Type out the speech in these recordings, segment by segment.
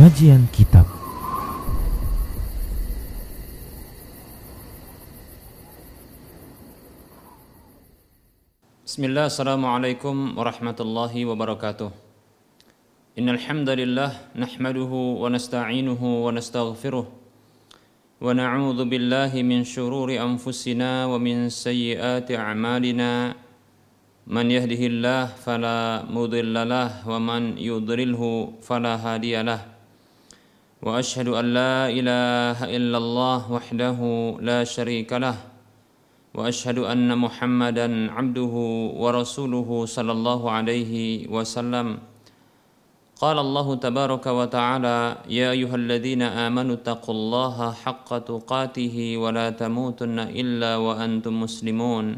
Kajian Kitab. Bismillah, assalamualaikum warahmatullahi wabarakatuh. Innal hamdalillah nahmaduhu wa nasta'inuhu wa nastaghfiruh wa na'udzu billahi min shururi anfusina wa min sayyiati a'malina. Man yahdihillahu fala mudilla lahu wa man yudlilhu fala hadiyalah. Wa ashhadu an la ilaha illallah wahdahu la syarika lah. Wa ashhadu anna Muhammadan abduhu wa rasuluhu sallallahu alaihi wasallam. Qala Allah tabaraka wa ta'ala, ya ayyuhalladzina amanu taqullaha haqqa tuqatih wa la tamutunna illa wa antum muslimun.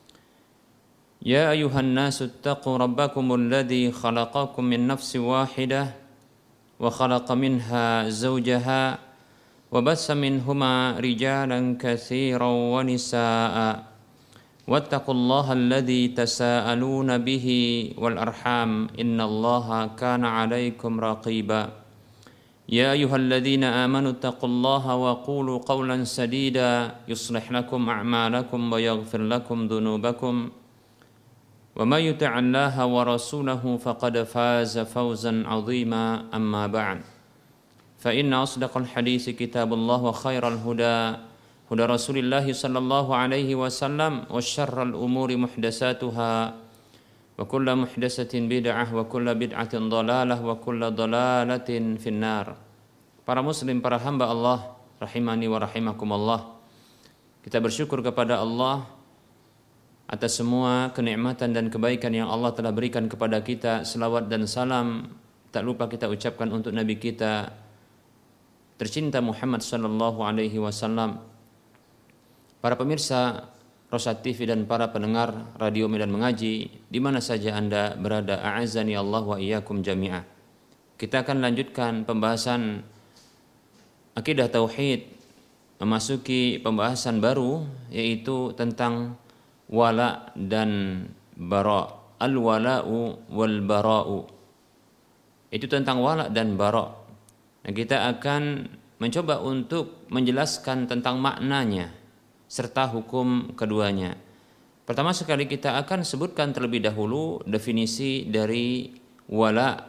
Ya ayyuhan nasu ittaqu rabbakumul ladzi khalaqakum min nafsin wahidah wa khalaqa minha zawjaha wa bassa minhuma rijalan katsiran wa nisaa'a wattaqullaha alladzi tasaaluna bihi wal arham innallaha kana 'alaikum raqiba. Ya ayyuhalladzina amanu taqullaha wa qulu qawlan sadida yuslih lakum a'malakum wa yaghfir lakum dhunubakum wa may yuti'illaha wa rasulahu faqad faza fawzan 'azima. Amma ba'd. Fa inna asdaqal hadits kitabullah wa khairal huda huda Rasulillah sallallahu alaihi wasallam wa syarral umuri muhdatsatuha wa kullu muhdatsatin bid'ah wa kullu bid'atin dhalalah wa kullu dhalalatin finnar. Para muslim, para hamba Allah rahimani wa rahimakumullah. Kita bersyukur kepada Allah atas semua kenikmatan dan kebaikan yang Allah telah berikan kepada kita. Selawat dan salam tak lupa kita ucapkan untuk Nabi kita tercinta Muhammad sallallahu alaihi wasallam. Para pemirsa Rosyad TV dan para pendengar Radio Medan Mengaji di mana saja Anda berada, a'azzani Allah wa iyyakum jami'ah. Kita akan lanjutkan pembahasan akidah tauhid, memasuki pembahasan baru yaitu tentang wala dan bara. Al-wala'u wal bara'u. Itu tentang wala dan bara. Nah, kita akan mencoba untuk menjelaskan tentang maknanya serta hukum keduanya. Pertama sekali kita akan sebutkan terlebih dahulu definisi dari wala.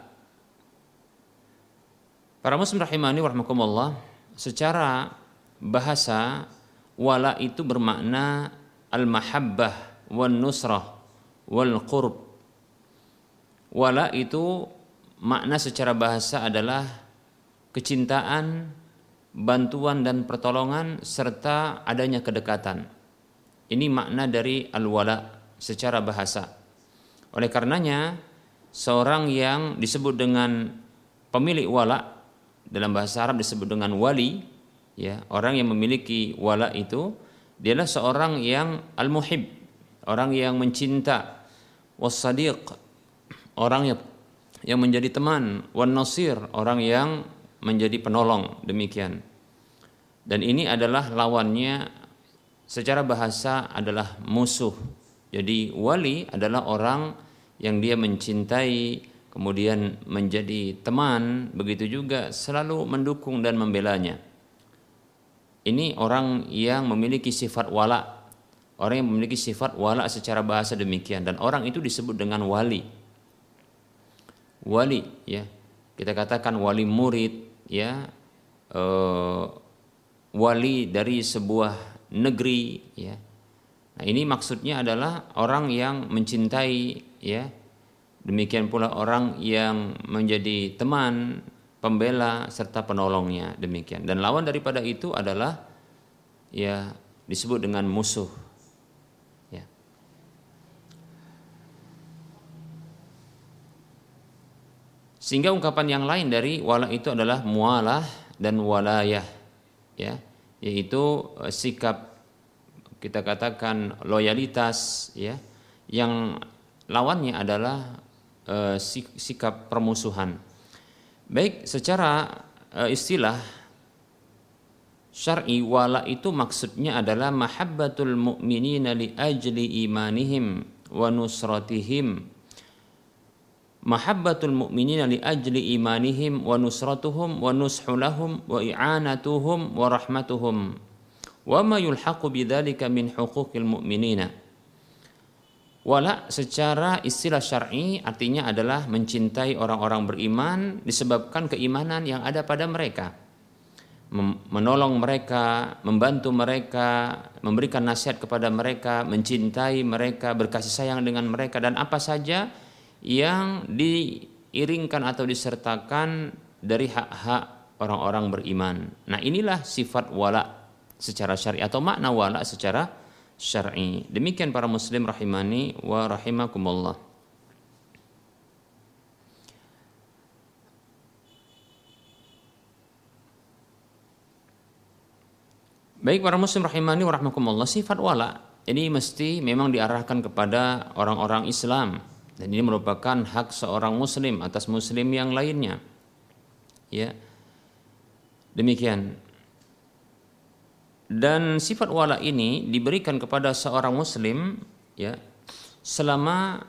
Para muslim rahimani warahmatullah, secara bahasa wala itu bermakna al-mahabbah wal nusrah wal qurb. Wala itu makna secara bahasa adalah kecintaan, bantuan dan pertolongan serta adanya kedekatan. Ini makna dari al-wala secara bahasa. Oleh karenanya seorang yang disebut dengan pemilik wala dalam bahasa Arab disebut dengan wali, ya, orang yang memiliki wala itu dialah seorang yang al-muhib, orang yang mencinta, was-sadiq, orang yang menjadi teman, wan-nasir, orang yang menjadi penolong, demikian. Dan ini adalah lawannya secara bahasa adalah musuh. Jadi wali adalah orang yang dia mencintai, kemudian menjadi teman, begitu juga selalu mendukung dan membelanya. Ini orang yang memiliki sifat wala. Orang yang memiliki sifat wala secara bahasa demikian. Dan orang itu disebut dengan wali. Wali, ya. Kita katakan wali murid, ya. Wali dari sebuah negeri, ya. Nah, ini maksudnya adalah orang yang mencintai, ya. Demikian pula orang yang menjadi teman, pembela serta penolongnya, demikian. Dan lawan daripada itu adalah ya disebut dengan musuh, ya. Sehingga ungkapan yang lain dari wala itu adalah mualah dan walayah, ya, yaitu sikap, kita katakan loyalitas, ya, yang lawannya adalah sikap permusuhan. Baik, secara istilah syar'i, wala itu maksudnya adalah mahabbatul mu'minina li ajli imanihim wa nusratihim mahabbatul mu'minina li ajli imanihim wa nusratuhum wa nushulahum wa i'anatuhum wa rahmatuhum wa ma yulhaqu bidzalika min huquqil mu'minina. Wala secara istilah syar'i artinya adalah mencintai orang-orang beriman disebabkan keimanan yang ada pada mereka, menolong mereka, membantu mereka, memberikan nasihat kepada mereka, mencintai mereka, berkasih sayang dengan mereka, dan apa saja yang diiringkan atau disertakan dari hak-hak orang-orang beriman. Nah, inilah sifat wala secara syar'i atau makna wala secara syar'i. Demikian para muslim rahimani wa rahimakumullah. Baik para muslim rahimani wa rahimakumullah, sifat wala ini mesti memang diarahkan kepada orang-orang Islam, dan ini merupakan hak seorang muslim atas muslim yang lainnya. Ya. Demikian. Dan sifat wala ini diberikan kepada seorang muslim ya selama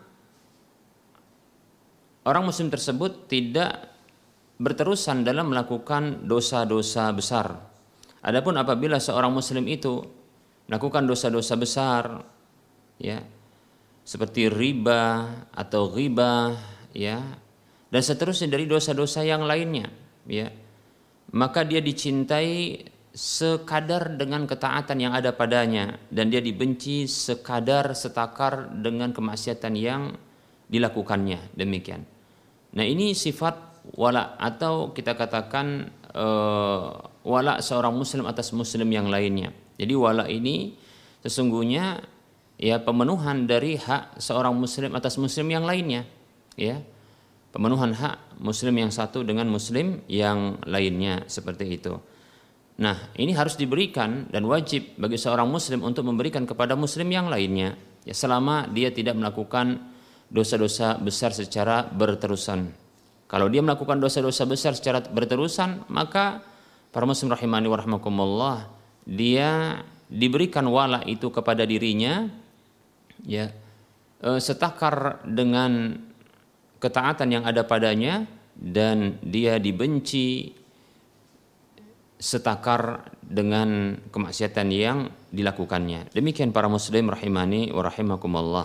orang muslim tersebut tidak berterusan dalam melakukan dosa-dosa besar. Adapun apabila seorang muslim itu melakukan dosa-dosa besar ya seperti riba atau ghibah ya dan seterusnya dari dosa-dosa yang lainnya ya, maka dia dicintai sekadar dengan ketaatan yang ada padanya dan dia dibenci sekadar setakar dengan kemaksiatan yang dilakukannya. Demikian. Nah, ini sifat wala atau kita katakan wala seorang muslim atas muslim yang lainnya. Jadi wala ini sesungguhnya ya pemenuhan dari hak seorang muslim atas muslim yang lainnya ya. Pemenuhan hak muslim yang satu dengan muslim yang lainnya seperti itu. Nah, ini harus diberikan dan wajib bagi seorang muslim untuk memberikan kepada muslim yang lainnya ya selama dia tidak melakukan dosa-dosa besar secara berterusan. Kalau dia melakukan dosa-dosa besar secara berterusan, maka para muslim rahimani wa rahimakumullah, dia diberikan wala itu kepada dirinya ya setakar dengan ketaatan yang ada padanya dan dia dibenci setakar dengan kemaksiatan yang dilakukannya. Demikian para muslim rahimani wa rahimakumullah.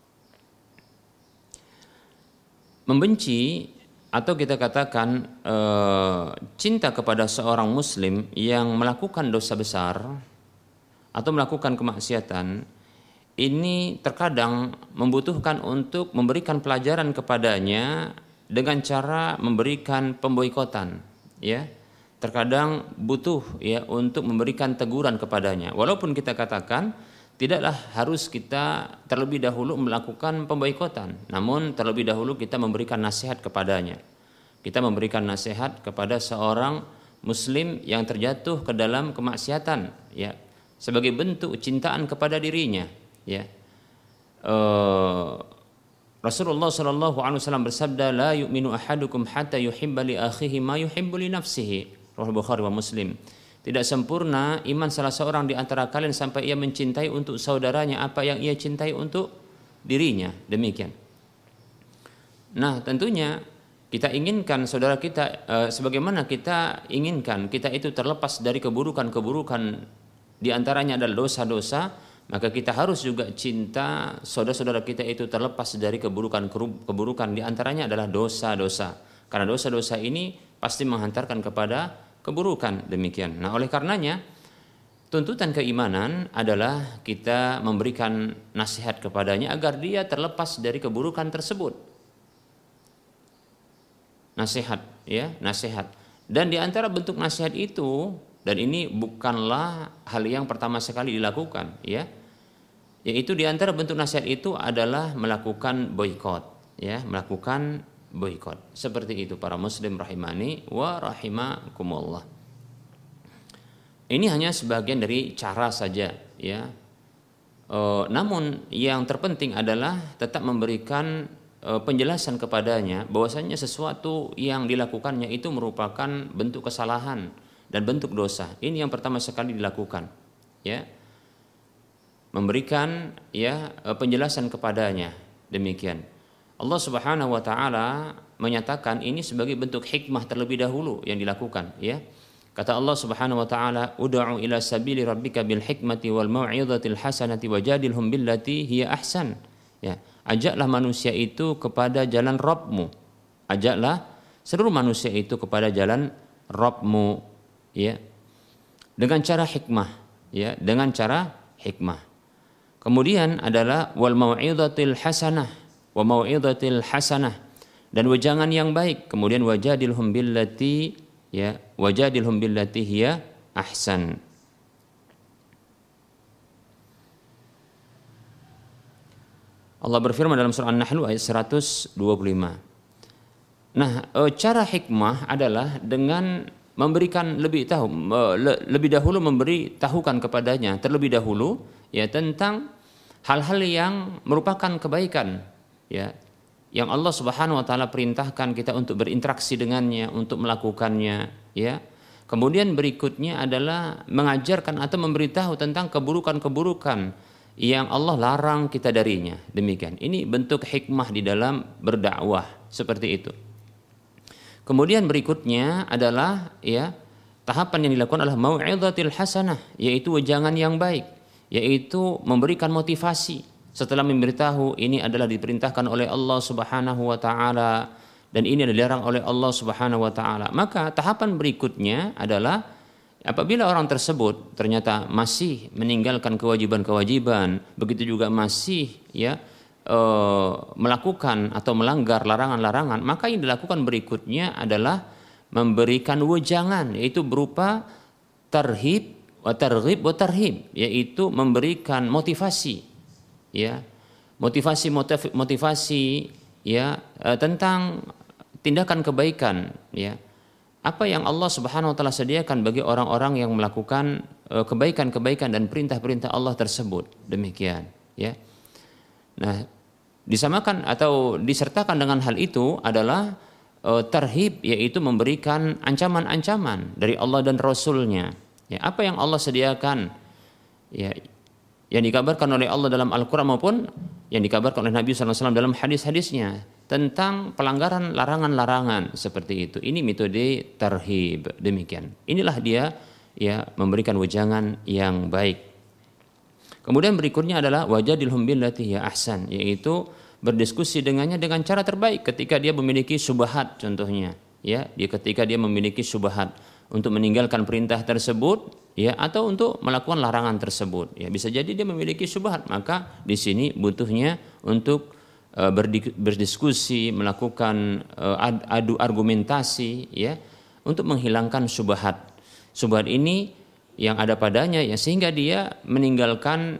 Membenci atau kita katakan cinta kepada seorang muslim yang melakukan dosa besar atau melakukan kemaksiatan ini terkadang membutuhkan untuk memberikan pelajaran kepadanya dengan cara memberikan pemboikotan ya. Terkadang butuh ya untuk memberikan teguran kepadanya. Walaupun kita katakan tidaklah harus kita terlebih dahulu melakukan pemboikotan, namun terlebih dahulu kita memberikan nasihat kepadanya. Kita memberikan nasihat kepada seorang muslim yang terjatuh ke dalam kemaksiatan ya sebagai bentuk cintaan kepada dirinya ya. Rasulullah sallallahu alaihi wasallam bersabda, la yu'minu ahadukum hatta yuhibba li akhihi ma yuhibbu li nafsihi. Riwayat Bukhari wa Muslim. Tidak sempurna iman salah seorang di antara kalian sampai ia mencintai untuk saudaranya apa yang ia cintai untuk dirinya. Demikian. Nah, tentunya kita inginkan saudara kita sebagaimana kita inginkan kita itu terlepas dari keburukan-keburukan, di antaranya adalah dosa-dosa, maka kita harus juga cinta saudara-saudara kita itu terlepas dari keburukan-keburukan, di antaranya adalah dosa-dosa. Karena dosa-dosa ini pasti menghantarkan kepada keburukan. Demikian. Nah, oleh karenanya tuntutan keimanan adalah kita memberikan nasihat kepadanya agar dia terlepas dari keburukan tersebut. Nasihat, ya, nasihat. Dan di antara bentuk nasihat itu, dan ini bukanlah hal yang pertama sekali dilakukan, ya, yaitu di antara bentuk nasihat itu adalah melakukan boikot, ya, melakukan boikot. Seperti itu para muslim rahimani wa rahimakumullah. Ini hanya sebagian dari cara saja ya. Namun yang terpenting adalah tetap memberikan penjelasan kepadanya bahwasanya sesuatu yang dilakukannya itu merupakan bentuk kesalahan dan bentuk dosa. Ini yang pertama sekali dilakukan ya. Memberikan ya penjelasan kepadanya. Demikian. Allah Subhanahu wa taala menyatakan ini sebagai bentuk hikmah terlebih dahulu yang dilakukan, ya. Kata Allah Subhanahu wa taala, "Ud'u ila sabili rabbika bil hikmati wal mau'izatil hasanati wajadilhum billati hiya ahsan." Ya, ajaklah manusia itu kepada jalan Rabbmu. Ajaklah seluruh manusia itu kepada jalan Rabbmu, ya. Dengan cara hikmah, ya, dengan cara hikmah. Kemudian adalah wal mau'izatil hasanah, wa mau'izatil hasanah, dan wejangan yang baik. Kemudian wajadilhum billati, ya, wajadilhum billati hiya ahsan. Allah berfirman dalam surah An-Nahl ayat 125. Nah, cara hikmah adalah dengan memberikan lebih dahulu memberi tahukan kepadanya terlebih dahulu, ya, tentang hal-hal yang merupakan kebaikan, ya, yang Allah Subhanahu wa taala perintahkan kita untuk berinteraksi dengannya, untuk melakukannya, ya. Kemudian berikutnya adalah mengajarkan atau memberitahu tentang keburukan-keburukan yang Allah larang kita darinya. Demikian. Ini bentuk hikmah di dalam berdakwah, seperti itu. Kemudian berikutnya adalah, ya, tahapan yang dilakukan adalah mau'izatil hasanah, yaitu wejangan yang baik, yaitu memberikan motivasi setelah memberitahu ini adalah diperintahkan oleh Allah Subhanahu wa taala dan ini adalah dilarang oleh Allah Subhanahu wa taala. Maka tahapan berikutnya adalah apabila orang tersebut ternyata masih meninggalkan kewajiban-kewajiban, begitu juga masih, ya, melakukan atau melanggar larangan-larangan, maka yang dilakukan berikutnya adalah memberikan wejangan, yaitu berupa tarhib wa targhib wa tarhib, yaitu memberikan motivasi, ya, motivasi, ya, tentang tindakan kebaikan, ya. Apa yang Allah Subhanahu wa taala sediakan bagi orang-orang yang melakukan kebaikan-kebaikan dan perintah-perintah Allah tersebut. Demikian, ya. Nah, disamakan atau disertakan dengan hal itu adalah tarhib, yaitu memberikan ancaman-ancaman dari Allah dan Rasul-Nya. Ya, apa yang Allah sediakan, ya, yang dikabarkan oleh Allah dalam Al-Quran maupun yang dikabarkan oleh Nabi SAW dalam hadis-hadisnya tentang pelanggaran larangan-larangan seperti itu. Ini metode tarhib. Demikian. Inilah dia, ya, memberikan wejangan yang baik. Kemudian berikutnya adalah wajadilhum billati hiya ahsan, yaitu berdiskusi dengannya dengan cara terbaik ketika dia memiliki syubhat, contohnya, ya, ketika dia memiliki syubhat untuk meninggalkan perintah tersebut, ya, atau untuk melakukan larangan tersebut, ya. Bisa jadi dia memiliki syubhat, maka di sini butuhnya untuk berdiskusi, melakukan adu argumentasi, ya, untuk menghilangkan syubhat. Syubhat ini yang ada padanya, ya, sehingga dia meninggalkan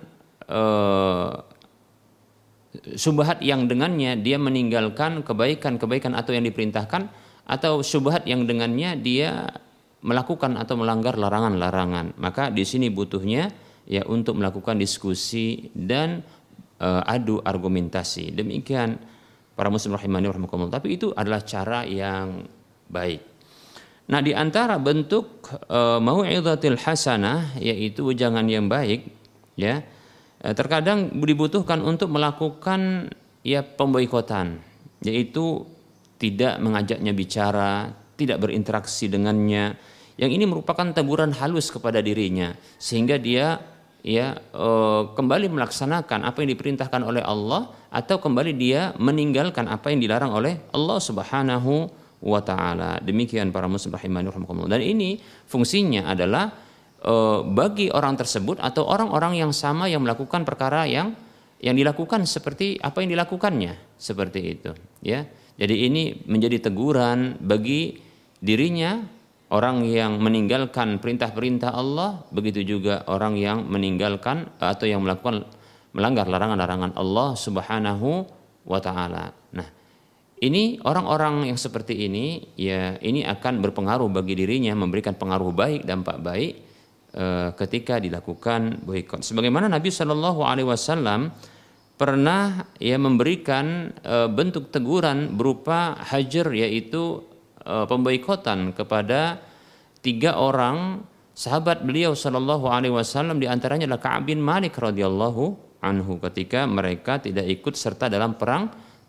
syubhat yang dengannya dia meninggalkan kebaikan-kebaikan atau yang diperintahkan, atau syubhat yang dengannya dia melakukan atau melanggar larangan-larangan. Maka di sini butuhnya, ya, untuk melakukan diskusi dan adu argumentasi. Demikian para muslim rahimani rahimakumullah. Tapi itu adalah cara yang baik. Nah, di antara bentuk mau'izatil hasanah, yaitu wejangan yang baik, ya, terkadang dibutuhkan untuk melakukan, ya, pemboikotan, yaitu tidak mengajaknya bicara, tidak berinteraksi dengannya. Yang ini merupakan teguran halus kepada dirinya sehingga dia, ya, kembali melaksanakan apa yang diperintahkan oleh Allah atau kembali dia meninggalkan apa yang dilarang oleh Allah Subhanahu wa ta'ala. Demikian para muslim rahimani rahimakumullah. Dan ini fungsinya adalah bagi orang tersebut atau orang-orang yang sama yang melakukan perkara yang dilakukan seperti apa yang dilakukannya, seperti itu, ya. Jadi ini menjadi teguran bagi dirinya, orang yang meninggalkan perintah-perintah Allah, begitu juga orang yang meninggalkan atau yang melanggar larangan-larangan Allah Subhanahu wa ta'ala. Nah, ini orang-orang yang seperti ini, ya, ini akan berpengaruh bagi dirinya, memberikan pengaruh baik, dampak baik ketika dilakukan boikot. Sebagaimana Nabi Shallallahu Alaihi Wasallam pernah, ya, memberikan bentuk teguran berupa hajar, yaitu pemboikotan kepada 3 orang sahabat beliau Shallallahu Alaihi Wasallam, di antaranya adalah Ka'ab bin Malik radhiyallahu anhu, ketika mereka tidak ikut serta dalam perang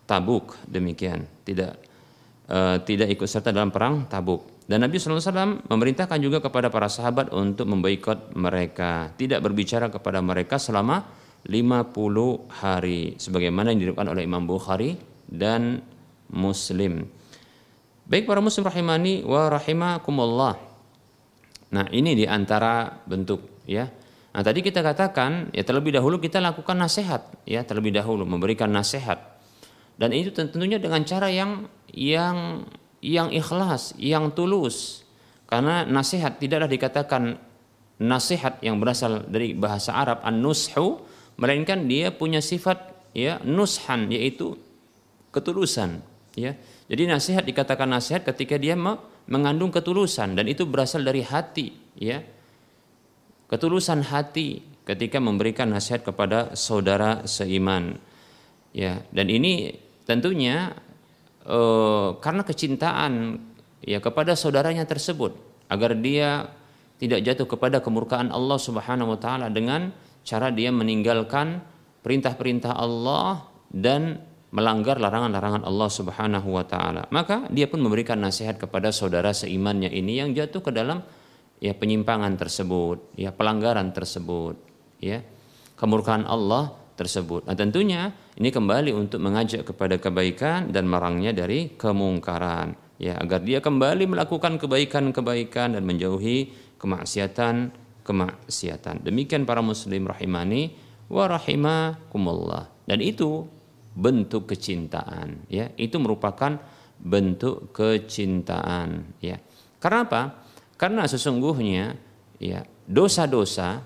Tabuk, demikian, tidak ikut serta dalam perang Tabuk. Dan Nabi SAW memerintahkan juga kepada para sahabat untuk memboikot mereka, tidak berbicara kepada mereka selama 50 hari sebagaimana yang diriwayatkan oleh Imam Bukhari dan Muslim. Baik para muslim rahimani wa rahimakumullah. Nah, ini di antara bentuk ya. Nah, tadi kita katakan ya terlebih dahulu kita lakukan nasihat ya, terlebih dahulu memberikan nasihat. Dan itu tentunya dengan cara yang ikhlas, yang tulus. Karena nasihat tidaklah dikatakan nasihat yang berasal dari bahasa Arab an-nushu, melainkan dia punya sifat ya nushan, yaitu ketulusan ya. Jadi nasihat dikatakan nasihat ketika dia mengandung ketulusan, dan itu berasal dari hati ya. Ketulusan hati ketika memberikan nasihat kepada saudara seiman. Ya, dan ini tentunya karena kecintaan ya kepada saudaranya tersebut, agar dia tidak jatuh kepada kemurkaan Allah Subhanahu wa taala dengan cara dia meninggalkan perintah-perintah Allah dan melanggar larangan-larangan Allah Subhanahu wa taala. Maka dia pun memberikan nasihat kepada saudara seimannya ini yang jatuh ke dalam ya penyimpangan tersebut, ya pelanggaran tersebut, ya kemurkaan Allah tersebut. Nah, tentunya ini kembali untuk mengajak kepada kebaikan dan melarangnya dari kemungkaran, ya agar dia kembali melakukan kebaikan-kebaikan dan menjauhi kemaksiatan. Demikian para muslim rahimani wa rahimakumullah. Dan itu bentuk kecintaan, ya. Itu merupakan bentuk kecintaan, ya. Karena apa? Karena sesungguhnya ya dosa-dosa,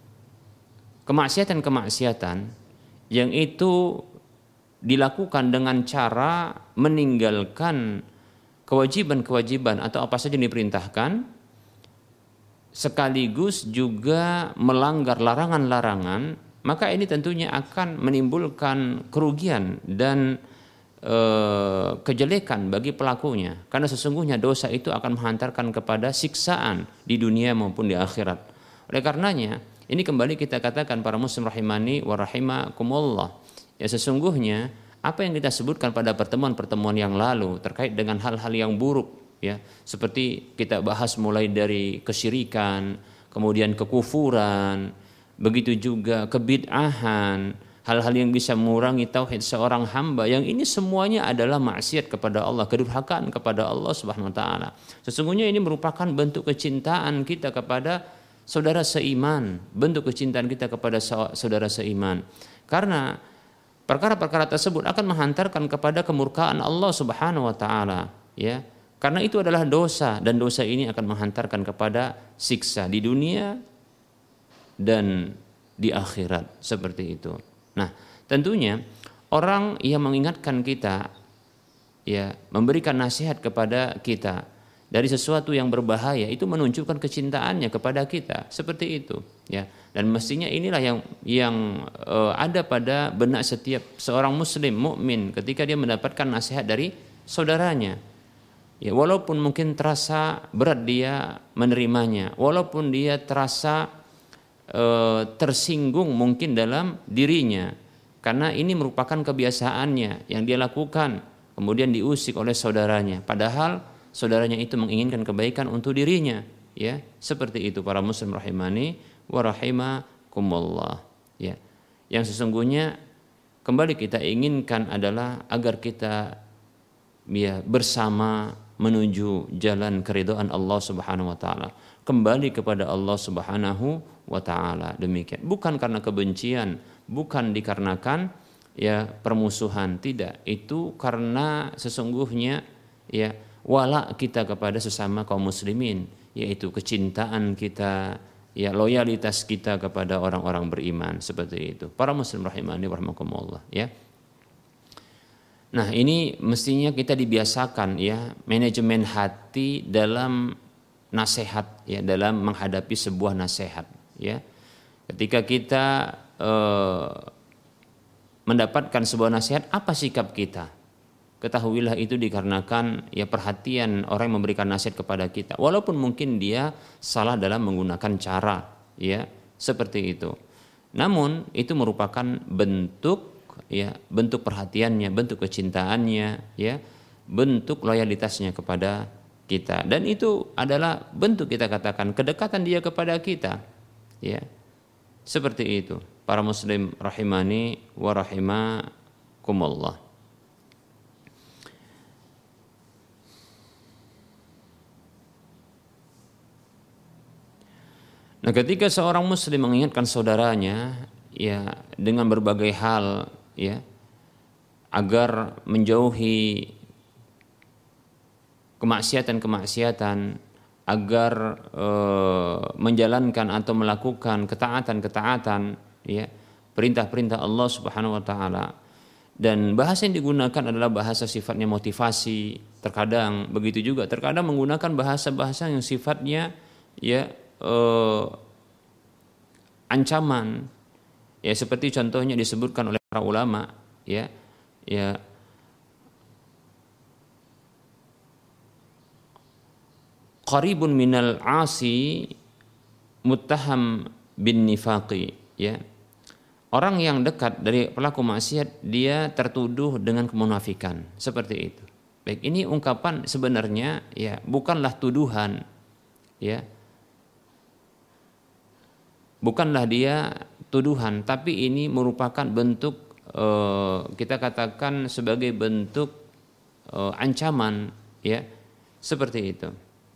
kemaksiatan yang itu dilakukan dengan cara meninggalkan kewajiban-kewajiban atau apa saja yang diperintahkan, sekaligus juga melanggar larangan-larangan, maka ini tentunya akan menimbulkan kerugian dan kejelekan bagi pelakunya, karena sesungguhnya dosa itu akan menghantarkan kepada siksaan di dunia maupun di akhirat. Oleh karenanya ini kembali kita katakan para muslim rahimani wa rahimakumullah, ya sesungguhnya apa yang kita sebutkan pada pertemuan-pertemuan yang lalu terkait dengan hal-hal yang buruk, ya seperti kita bahas mulai dari kesyirikan, kemudian kekufuran, begitu juga kebid'ahan, hal-hal yang bisa mengurangi tauhid seorang hamba, yang ini semuanya adalah maksiat kepada Allah, kedurhakaan kepada Allah Subhanahu wa taala. Sesungguhnya ini merupakan bentuk kecintaan kita kepada saudara seiman, bentuk kecintaan kita kepada saudara seiman. Karena perkara-perkara tersebut akan menghantarkan kepada kemurkaan Allah Subhanahu wa taala, ya. Karena itu adalah dosa, dan dosa ini akan menghantarkan kepada siksa di dunia dan di akhirat, seperti itu. Nah, tentunya orang yang mengingatkan kita, ya, memberikan nasihat kepada kita dari sesuatu yang berbahaya, itu menunjukkan kecintaannya kepada kita, seperti itu, ya. Dan mestinya inilah yang ada pada benak setiap seorang muslim mukmin ketika dia mendapatkan nasihat dari saudaranya. Ya, walaupun mungkin terasa berat dia menerimanya, walaupun dia terasa tersinggung mungkin dalam dirinya, karena ini merupakan kebiasaannya yang dia lakukan, kemudian diusik oleh saudaranya, padahal saudaranya itu menginginkan kebaikan untuk dirinya, ya seperti itu para muslim rahimani wa rahimakumullah, ya. Yang sesungguhnya kembali kita inginkan adalah agar kita ya bersama menuju jalan keridhaan Allah Subhanahu wa taala, kembali kepada Allah Subhanahu wa taala. Demikian, bukan karena kebencian, bukan dikarenakan ya permusuhan, tidak. Itu karena sesungguhnya ya wala kita kepada sesama kaum muslimin, yaitu kecintaan kita, ya loyalitas kita kepada orang-orang beriman, seperti itu. Para muslim rahimani wa rahimakumullah, ya. Nah, ini mestinya kita dibiasakan ya manajemen hati dalam nasihat, ya dalam menghadapi sebuah nasihat, ya. Ketika kita mendapatkan sebuah nasihat, apa sikap kita? Ketahuilah itu dikarenakan ya perhatian orang yang memberikan nasihat kepada kita, walaupun mungkin dia salah dalam menggunakan cara, ya seperti itu. Namun itu merupakan bentuk ya, bentuk perhatiannya, bentuk kecintaannya, ya, bentuk loyalitasnya kepada kita. Dan itu adalah bentuk, kita katakan, kedekatan dia kepada kita, ya. Seperti itu para muslim rahimani wa rahimakumullah. Nah, ketika seorang muslim mengingatkan saudaranya, ya, dengan berbagai hal, ya, agar menjauhi kemaksiatan-kemaksiatan, agar menjalankan atau melakukan ketaatan-ketaatan, ya, perintah-perintah Allah Subhanahu wa taala. Dan bahasa yang digunakan adalah bahasa sifatnya motivasi, terkadang begitu juga, terkadang menggunakan bahasa-bahasa yang sifatnya, ya, ancaman, ya, seperti contohnya disebutkan oleh para ulama, ya, ya, qaribun minal asi muttaham bin nifaqi, ya, orang yang dekat dari pelaku maksiat dia tertuduh dengan kemunafikan, seperti itu. Baik, ini ungkapan sebenarnya, ya, bukanlah tuduhan, ya, bukanlah dia tuduhan, tapi ini merupakan bentuk, kita katakan sebagai bentuk ancaman, ya, seperti itu.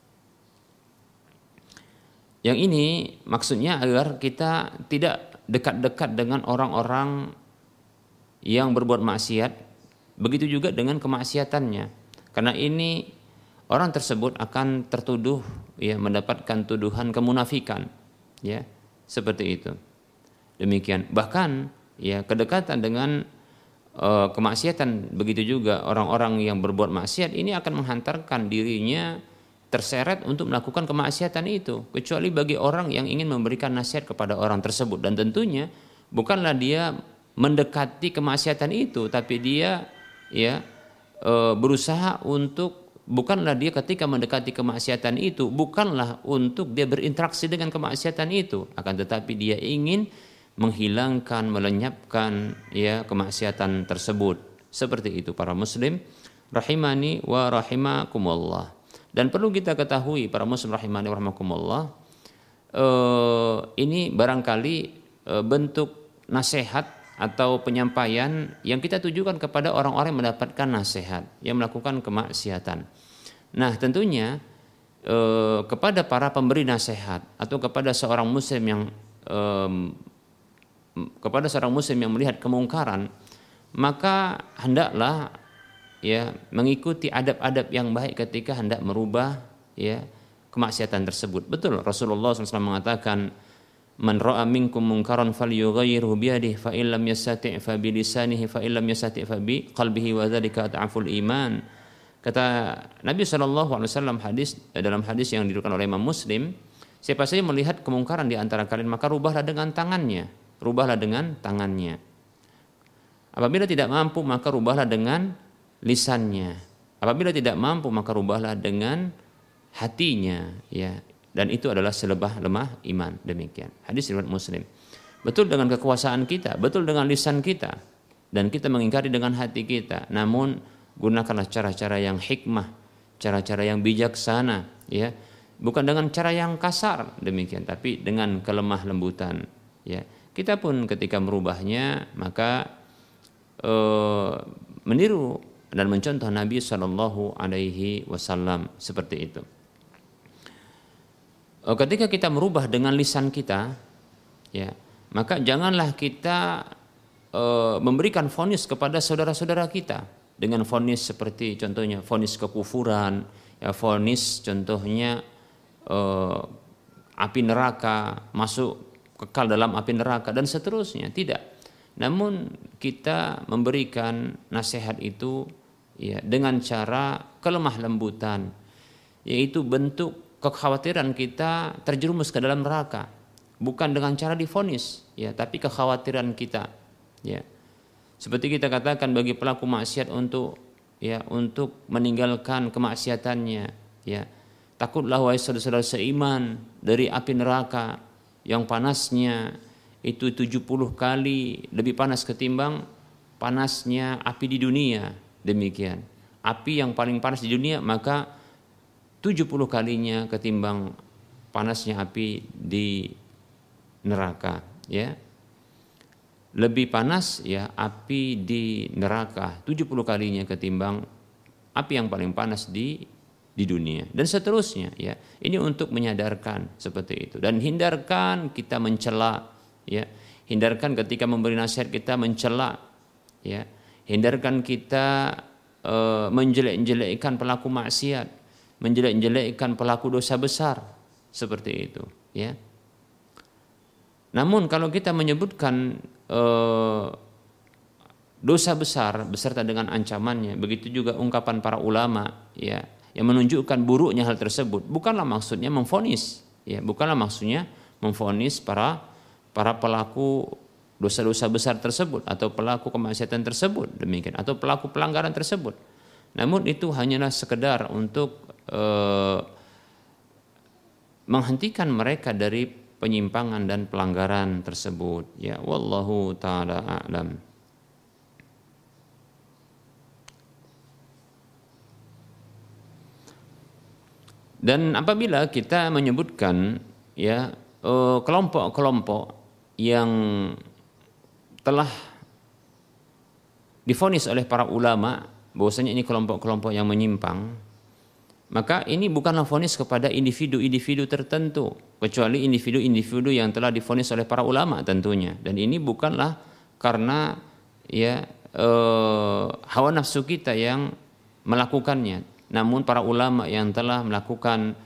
Yang ini maksudnya agar kita tidak dekat-dekat dengan orang-orang yang berbuat maksiat, begitu juga dengan kemaksiatannya, karena ini orang tersebut akan tertuduh, ya, mendapatkan tuduhan kemunafikan, ya, seperti itu. Demikian. Bahkan, ya, kedekatan dengan kemaksiatan, begitu juga orang-orang yang berbuat maksiat ini akan menghantarkan dirinya terseret untuk melakukan kemaksiatan itu, kecuali bagi orang yang ingin memberikan nasihat kepada orang tersebut. Dan tentunya bukanlah dia mendekati kemaksiatan itu, tapi dia, ya, berusaha untuk, bukanlah dia ketika mendekati kemaksiatan itu, bukanlah untuk dia berinteraksi dengan kemaksiatan itu, akan tetapi dia ingin menghilangkan, melenyapkan, ya, kemaksiatan tersebut. Seperti itu para muslim rahimani wa rahimakumullah. Dan perlu kita ketahui para muslim rahimani wa rahimakumullah, ini barangkali bentuk nasihat atau penyampaian yang kita tujukan kepada orang-orang yang mendapatkan nasihat, yang melakukan kemaksiatan. Nah, tentunya kepada para pemberi nasihat atau kepada seorang muslim yang melihat kemungkaran, maka hendaklah, ya, mengikuti adab-adab yang baik ketika hendak merubah, ya, kemaksiatan tersebut. Betul, Rasulullah SAW mengatakan, man ra'a minkum munkaran falyughayyirhu biyadihi fa illam yastati' fa bi lisanihi fa illam yastati' fa bi qalbihi wa dzalika ad'aful iman. Kata Nabi SAW dalam hadis yang diriwayatkan oleh Imam Muslim, siapa saja melihat kemungkaran di antara kalian maka rubahlah dengan tangannya, Apabila tidak mampu maka rubahlah dengan lisannya. Apabila tidak mampu maka rubahlah dengan hatinya, ya. Dan itu adalah selebah lemah iman. Demikian hadis riwayat Muslim. Betul dengan kekuasaan kita, betul dengan lisan kita, dan kita mengingkari dengan hati kita. Namun gunakanlah cara-cara yang hikmah, cara-cara yang bijaksana, ya. Bukan dengan cara yang kasar, demikian, tapi dengan kelemah lembutan, ya. Kita pun ketika merubahnya maka meniru dan mencontoh Nabi Shallallahu Alaihi Wasallam seperti itu. Ketika kita merubah dengan lisan kita, ya, maka janganlah kita memberikan vonis kepada saudara-saudara kita dengan vonis seperti contohnya vonis kekufuran, ya, vonis contohnya api neraka, masuk kekal dalam api neraka dan seterusnya. Tidak. Namun kita memberikan nasihat itu, ya, dengan cara kelemah lembutan, yaitu bentuk kekhawatiran kita terjerumus ke dalam neraka, bukan dengan cara divonis, ya, tapi kekhawatiran kita, ya. Seperti kita katakan bagi pelaku maksiat untuk meninggalkan kemaksiatannya, ya. Takutlah wahai saudara-saudara seiman dari api neraka yang panasnya itu 70 kali lebih panas ketimbang panasnya api di dunia, demikian. Api yang paling panas di dunia maka 70 kalinya ketimbang panasnya api di neraka, ya. Lebih panas ya api di neraka 70 kalinya ketimbang api yang paling panas di dunia, dan seterusnya, ya. Ini untuk menyadarkan seperti itu, dan hindarkan kita mencela, ya. Hindarkan ketika memberi nasihat kita mencela, ya. Hindarkan kita menjelek-jelekkan pelaku maksiat, menjelek-jelekkan pelaku dosa besar seperti itu, ya. Namun kalau kita menyebutkan dosa besar beserta dengan ancamannya, begitu juga ungkapan para ulama, ya, yang menunjukkan buruknya hal tersebut, bukanlah maksudnya memvonis, ya, bukanlah maksudnya memvonis para pelaku dosa-dosa besar tersebut atau pelaku kemaksiatan tersebut, demikian, atau pelaku pelanggaran tersebut. Namun itu hanyalah sekedar untuk menghentikan mereka dari penyimpangan dan pelanggaran tersebut, ya. Wallahu taala a'lam. Dan apabila kita menyebutkan, ya, kelompok-kelompok yang telah divonis oleh para ulama bahwasanya ini kelompok-kelompok yang menyimpang, maka ini bukanlah vonis kepada individu-individu tertentu, kecuali individu-individu yang telah divonis oleh para ulama tentunya. Dan ini bukanlah karena, ya, hawa nafsu kita yang melakukannya, namun para ulama yang telah melakukan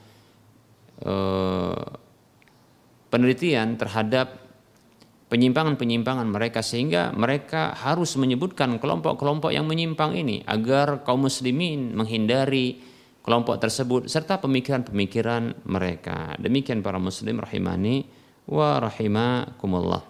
penelitian terhadap penyimpangan-penyimpangan mereka, sehingga mereka harus menyebutkan kelompok-kelompok yang menyimpang ini agar kaum muslimin menghindari kelompok tersebut serta pemikiran-pemikiran mereka. Demikian para muslim rahimani wa rahimakumullah.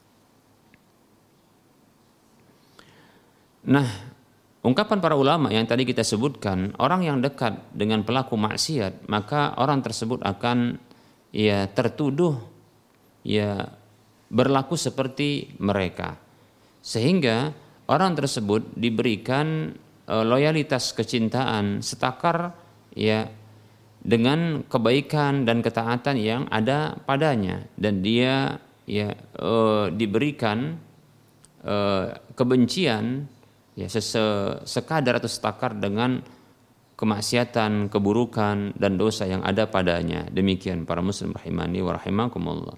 Nah, ungkapan para ulama yang tadi kita sebutkan, orang yang dekat dengan pelaku maksiat, maka orang tersebut akan, ya, tertuduh, ya, berlaku seperti mereka, sehingga orang tersebut diberikan loyalitas kecintaan setakar, ya, dengan kebaikan dan ketaatan yang ada padanya, dan dia, ya, diberikan kebencian, ya, sekadar atau setakar dengan kemaksiatan, keburukan dan dosa yang ada padanya. Demikian para muslim rahimani wa rahimakumullah.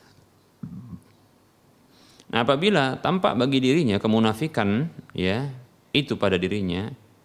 Nah, apabila tampak bagi dirinya kemunafikan, ya, itu pada dirinya,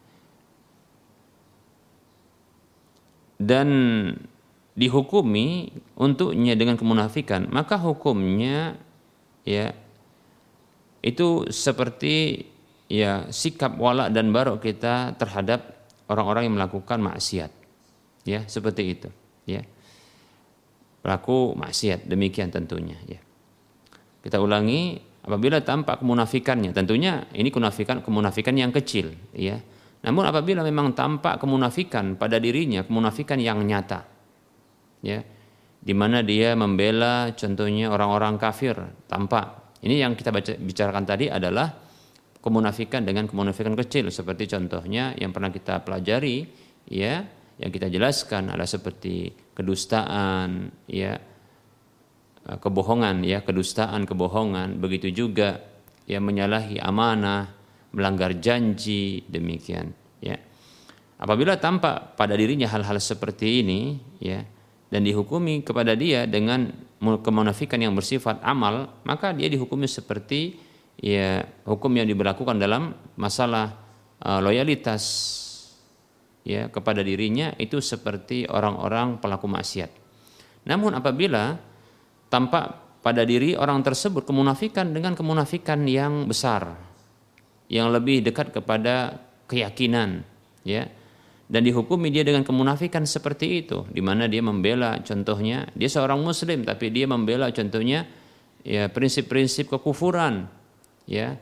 dan dihukumi untuknya dengan kemunafikan, maka hukumnya, ya, itu seperti, ya, sikap wala dan barok kita terhadap orang-orang yang melakukan maksiat, ya, seperti itu, ya, pelaku maksiat, demikian tentunya, ya. Kita ulangi, apabila tampak kemunafikannya, tentunya ini kemunafikan yang kecil, ya. Namun apabila memang tampak kemunafikan pada dirinya, kemunafikan yang nyata, ya, di mana dia membela contohnya orang-orang kafir, tampak. Ini yang kita bicarakan tadi adalah kemunafikan dengan kemunafikan kecil, seperti contohnya yang pernah kita pelajari, ya, yang kita jelaskan adalah seperti kedustaan, ya, kebohongan, ya, kedustaan, kebohongan, begitu juga, ya, menyalahi amanah, melanggar janji, demikian, ya. Apabila tampak pada dirinya hal-hal seperti ini, ya, dan dihukumi kepada dia dengan kemunafikan yang bersifat amal, maka dia dihukumi seperti, ya, hukum yang diberlakukan dalam masalah loyalitas, ya, kepada dirinya itu seperti orang-orang pelaku maksiat. Namun apabila tampak pada diri orang tersebut kemunafikan dengan kemunafikan yang besar, yang lebih dekat kepada keyakinan, ya, dan dihukumi dia dengan kemunafikan seperti itu, di mana dia membela, contohnya dia seorang muslim tapi dia membela contohnya, ya, prinsip-prinsip kekufuran, ya,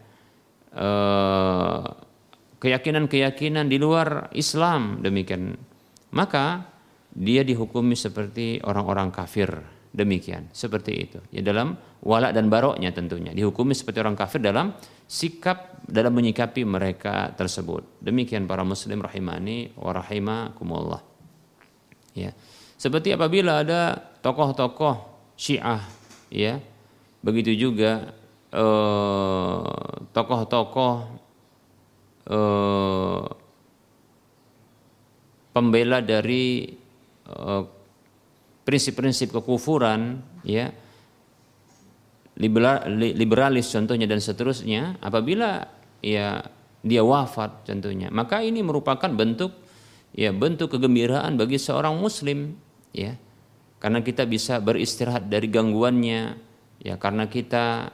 keyakinan-keyakinan di luar Islam, demikian, maka dia dihukumi seperti orang-orang kafir, Demikian, seperti itu. Ya, dalam wala dan baroknya tentunya dihukumi seperti orang kafir dalam sikap dalam menyikapi mereka tersebut. Demikian para muslim rahimani wa rahimakumullah. Ya. Seperti apabila ada tokoh-tokoh Syiah, ya. Begitu juga tokoh-tokoh pembela dari prinsip-prinsip kekufuran, ya, liberalis contohnya dan seterusnya, apabila ya dia wafat contohnya, maka ini merupakan bentuk kegembiraan bagi seorang muslim, ya, karena kita bisa beristirahat dari gangguannya, ya, karena kita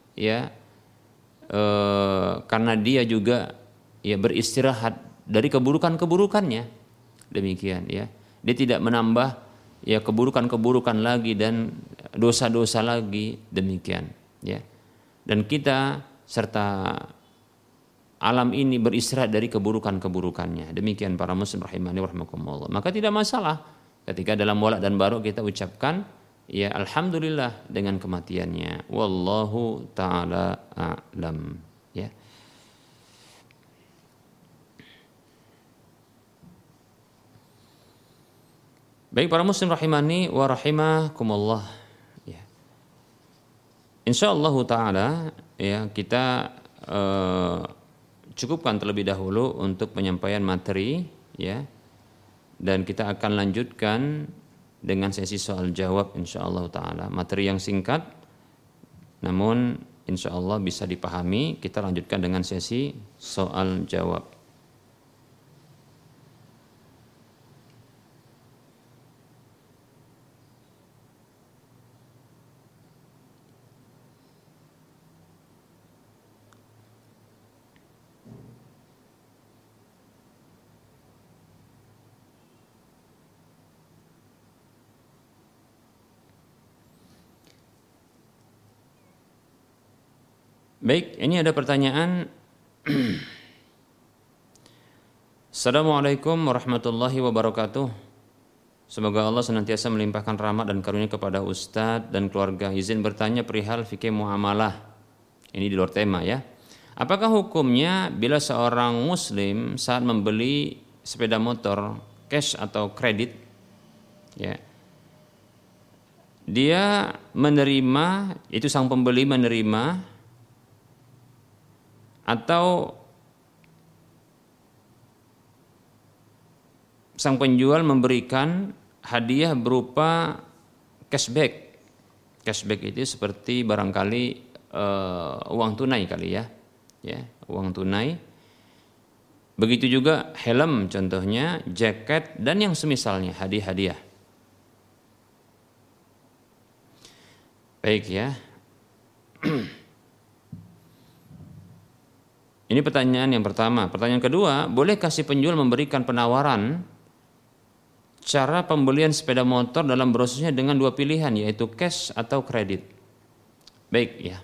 karena dia juga ya beristirahat dari keburukan-keburukannya, demikian, ya, dia tidak menambah ya keburukan-keburukan lagi dan dosa-dosa lagi, demikian, ya. Dan kita serta alam ini beristirahat dari keburukan-keburukannya. Demikian para muslim rahimani wa rahimakumullah. Maka tidak masalah ketika dalam wala dan barok kita ucapkan ya alhamdulillah dengan kematiannya. Wallahu taala a'lam, ya. Baik para muslim rahimani wa rahimakumullah, ya. Insyaallah taala ya kita cukupkan terlebih dahulu untuk penyampaian materi, ya. Dan kita akan lanjutkan dengan sesi soal jawab insyaallah taala. Materi yang singkat namun insyaallah bisa dipahami. Kita lanjutkan dengan sesi soal jawab. Baik, ini ada pertanyaan. Assalamualaikum warahmatullahi wabarakatuh. Semoga Allah senantiasa melimpahkan rahmat dan karunia kepada Ustadz dan keluarga. Izin bertanya perihal fikih muamalah. Ini di luar tema, ya. Apakah hukumnya bila seorang muslim saat membeli sepeda motor cash atau kredit, ya, dia menerima, itu sang pembeli menerima, atau sang penjual memberikan hadiah berupa cashback. Cashback itu seperti barangkali uang tunai kali, ya, uang tunai. Begitu juga helm contohnya, jaket dan yang semisalnya, hadiah-hadiah. Baik, ya. Ini pertanyaan yang pertama. Pertanyaan kedua, bolehkah si penjual memberikan penawaran cara pembelian sepeda motor dalam brosurnya dengan dua pilihan, yaitu cash atau kredit? Baik, ya.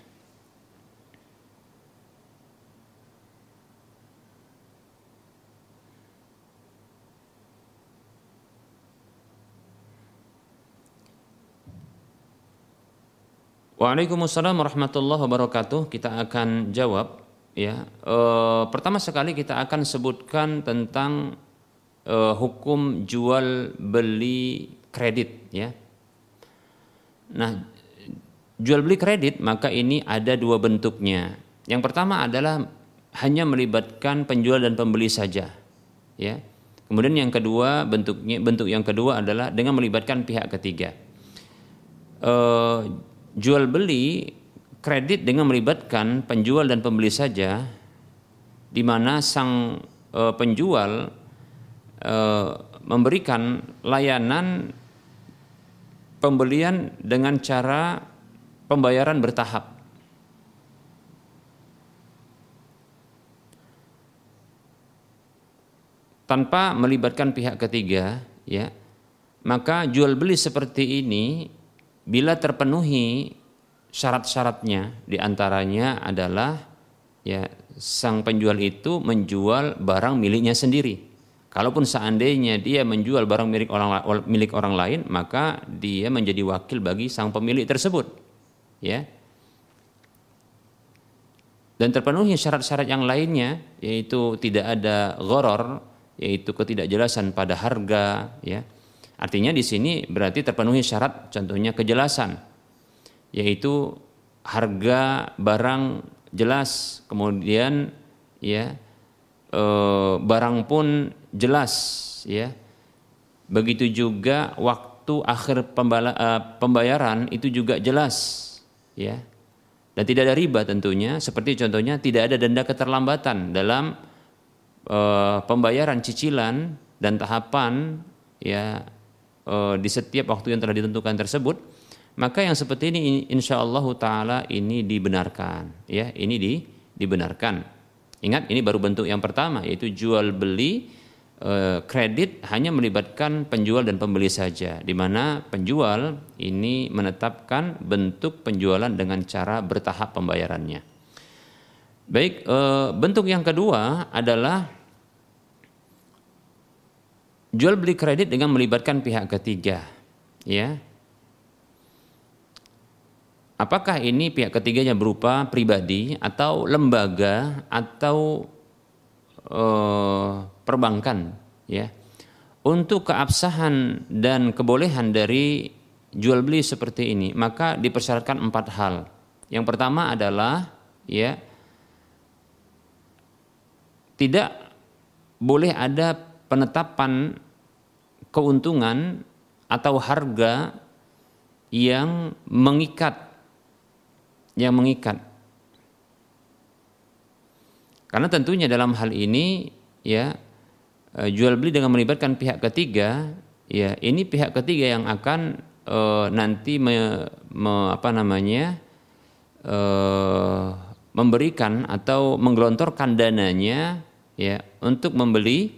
Waalaikumsalam warahmatullahi wabarakatuh. Kita akan jawab. Ya, pertama sekali kita akan sebutkan tentang hukum jual beli kredit, ya. Nah, jual beli kredit maka ini ada dua bentuknya. Yang pertama adalah hanya melibatkan penjual dan pembeli saja, ya. Kemudian yang kedua bentuk yang kedua adalah dengan melibatkan pihak ketiga. Jual beli kredit dengan melibatkan penjual dan pembeli saja, di mana sang penjual memberikan layanan pembelian dengan cara pembayaran bertahap. Tanpa melibatkan pihak ketiga, ya. Maka jual beli seperti ini bila terpenuhi syarat-syaratnya, diantaranya adalah ya sang penjual itu menjual barang miliknya sendiri, Kalaupun seandainya dia menjual barang milik orang lain, maka dia menjadi wakil bagi sang pemilik tersebut, ya. Dan terpenuhi syarat-syarat yang lainnya, yaitu tidak ada gharar, yaitu ketidakjelasan pada harga, ya. Artinya di sini berarti terpenuhi syarat, contohnya kejelasan, yaitu harga barang jelas, kemudian ya barang pun jelas, ya. Begitu juga waktu akhir pembayaran itu juga jelas, ya. Dan tidak ada riba tentunya, seperti contohnya tidak ada denda keterlambatan dalam pembayaran cicilan dan tahapan, ya, di setiap waktu yang telah ditentukan tersebut. Maka yang seperti ini insyaallah taala ini dibenarkan, ya, ini dibenarkan. Ingat, ini baru bentuk yang pertama, yaitu jual beli kredit hanya melibatkan penjual dan pembeli saja, di mana penjual ini menetapkan bentuk penjualan dengan cara bertahap pembayarannya. Baik, bentuk yang kedua adalah jual beli kredit dengan melibatkan pihak ketiga, ya. Apakah ini pihak ketiganya berupa pribadi atau lembaga atau perbankan, ya. Untuk keabsahan dan kebolehan dari jual beli seperti ini, maka dipersyaratkan 4 hal. Yang pertama adalah, ya, tidak boleh ada penetapan keuntungan atau harga yang mengikat. Karena tentunya dalam hal ini, ya, jual beli dengan melibatkan pihak ketiga, ya, ini pihak ketiga yang akan nanti memberikan atau menggelontorkan dananya, ya, untuk membeli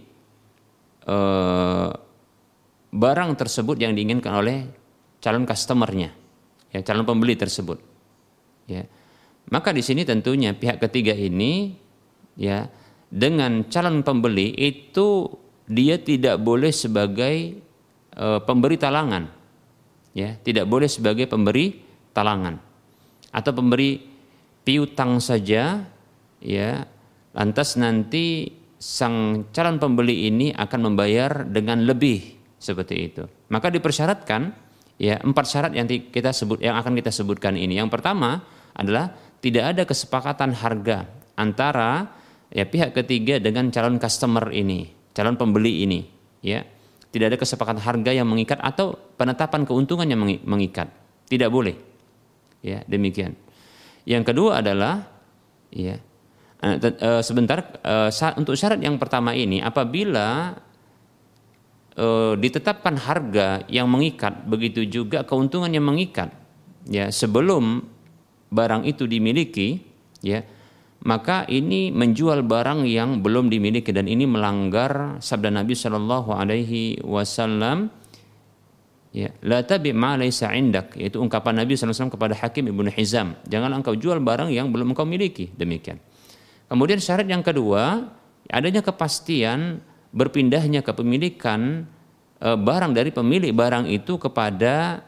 barang tersebut yang diinginkan oleh calon customernya, ya, calon pembeli tersebut. Ya, maka di sini tentunya pihak ketiga ini, ya, dengan calon pembeli itu dia tidak boleh sebagai pemberi talangan, ya, tidak boleh sebagai pemberi talangan atau pemberi piutang saja, ya, lantas nanti sang calon pembeli ini akan membayar dengan lebih seperti itu. Maka dipersyaratkan, ya, 4 syarat yang akan kita sebutkan ini. Yang pertama adalah tidak ada kesepakatan harga antara, ya, pihak ketiga dengan calon customer ini, calon pembeli ini, ya. Tidak ada kesepakatan harga yang mengikat atau penetapan keuntungan yang mengikat. Tidak boleh. Ya, demikian. Yang kedua adalah, ya, untuk syarat yang pertama ini, apabila ditetapkan harga yang mengikat, begitu juga keuntungan yang mengikat, ya, sebelum barang itu dimiliki, ya, maka ini menjual barang yang belum dimiliki, dan ini melanggar sabda Nabi Shallallahu Alaihi Wasallam, ya, la tabi' ma laysa indak, yaitu ungkapan Nabi Sallallahu Alaihi Wasallam kepada Hakim Ibnu Hizam, jangan engkau jual barang yang belum engkau miliki, demikian. Kemudian syarat yang kedua, adanya kepastian berpindahnya kepemilikan barang dari pemilik barang itu kepada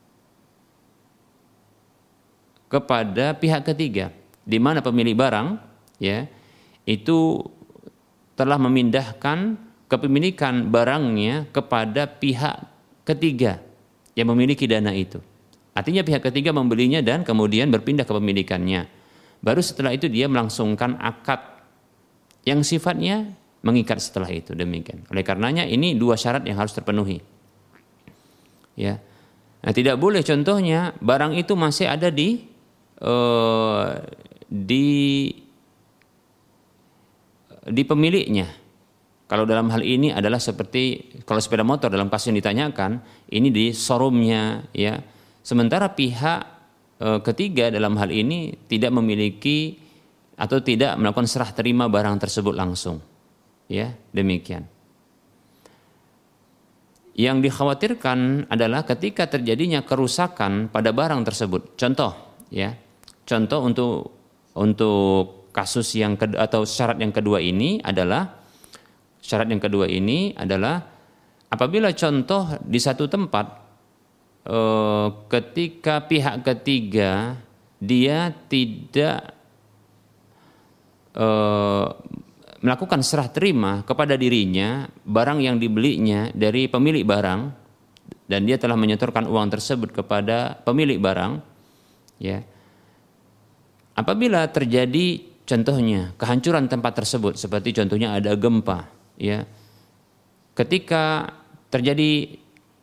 pihak ketiga, di mana pemilik barang, ya, itu telah memindahkan kepemilikan barangnya kepada pihak ketiga yang memiliki dana itu. Artinya pihak ketiga membelinya dan kemudian berpindah kepemilikannya. Baru setelah itu dia melangsungkan akad yang sifatnya mengikat setelah itu, demikian. Oleh karenanya ini 2 syarat yang harus terpenuhi, ya. Nah, tidak boleh contohnya barang itu masih ada di pemiliknya. Kalau dalam hal ini adalah seperti kalau sepeda motor dalam kasus yang ditanyakan, ini di showroomnya, ya. Sementara pihak ketiga dalam hal ini tidak memiliki atau tidak melakukan serah terima barang tersebut langsung, ya, demikian. Yang dikhawatirkan adalah ketika terjadinya kerusakan pada barang tersebut. Contoh, ya, contoh untuk kasus yang atau syarat yang kedua ini adalah Syarat yang kedua ini adalah apabila contoh di satu tempat ketika pihak ketiga dia tidak melakukan serah terima kepada dirinya barang yang dibelinya dari pemilik barang dan dia telah menyetorkan uang tersebut kepada pemilik barang, ya. Apabila terjadi contohnya kehancuran tempat tersebut, seperti contohnya ada gempa, ya. Ketika terjadi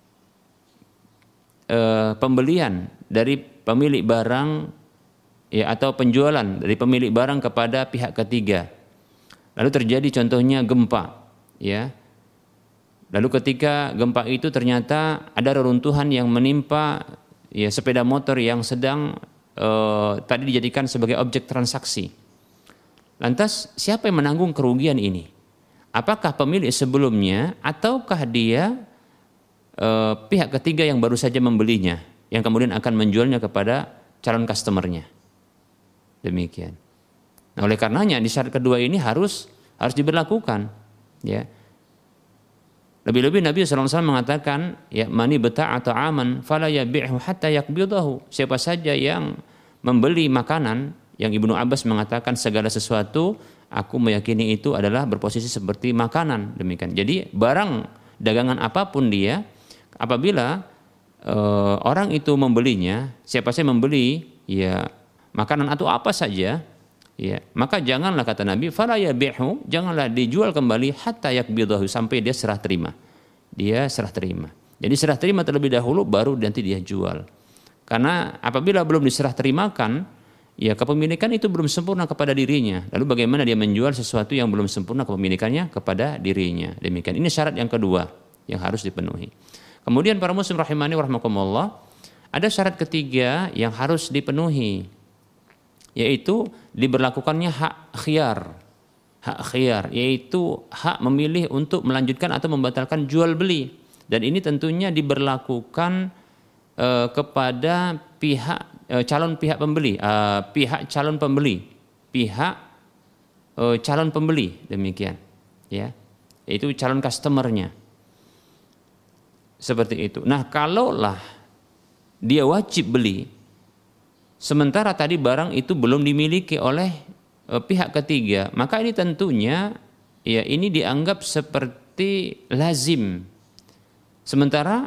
pembelian dari pemilik barang, ya, atau penjualan dari pemilik barang kepada pihak ketiga, lalu terjadi contohnya gempa, ya. Lalu ketika gempa itu ternyata ada reruntuhan yang menimpa, ya, sepeda motor yang sedang tadi dijadikan sebagai objek transaksi. Lantas siapa yang menanggung kerugian ini? Apakah pemilik sebelumnya ataukah dia pihak ketiga yang baru saja membelinya, yang kemudian akan menjualnya kepada calon customernya? Demikian. Nah, oleh karenanya di syarat kedua ini harus diberlakukan, ya. Lebih-lebih Nabi SAW mengatakan, ya, mani beta'a ta'aman fala yabi'hu hatta yakbidahu. Siapa saja yang membeli makanan, yang Ibnu Abbas mengatakan segala sesuatu aku meyakini itu adalah berposisi seperti makanan, demikian. Jadi barang dagangan apapun dia, apabila orang itu membelinya, siapa saja membeli, ya, makanan atau apa saja, ya, maka janganlah, kata Nabi, fala yabi'hu, janganlah dijual kembali hatta yakbidahu, sampai dia serah terima. Dia serah terima. Jadi serah terima terlebih dahulu baru nanti dia jual. Karena apabila belum diserah terimakan, ya, kepemilikan itu belum sempurna kepada dirinya. Lalu bagaimana dia menjual sesuatu yang belum sempurna kepemilikannya kepada dirinya? Demikian. Ini syarat yang kedua yang harus dipenuhi. Kemudian para muslim rahimani wa rahimakumullah, ada syarat ketiga yang harus dipenuhi, yaitu diberlakukannya hak khiyar. Hak khiyar, yaitu hak memilih untuk melanjutkan atau membatalkan jual beli. Dan ini tentunya diberlakukan kepada pihak calon pembeli, pihak calon pembeli, demikian, ya, yaitu calon customernya, seperti itu. Nah, kalaulah dia wajib beli, sementara tadi barang itu belum dimiliki oleh pihak ketiga, maka ini tentunya, ya, ini dianggap seperti lazim. Sementara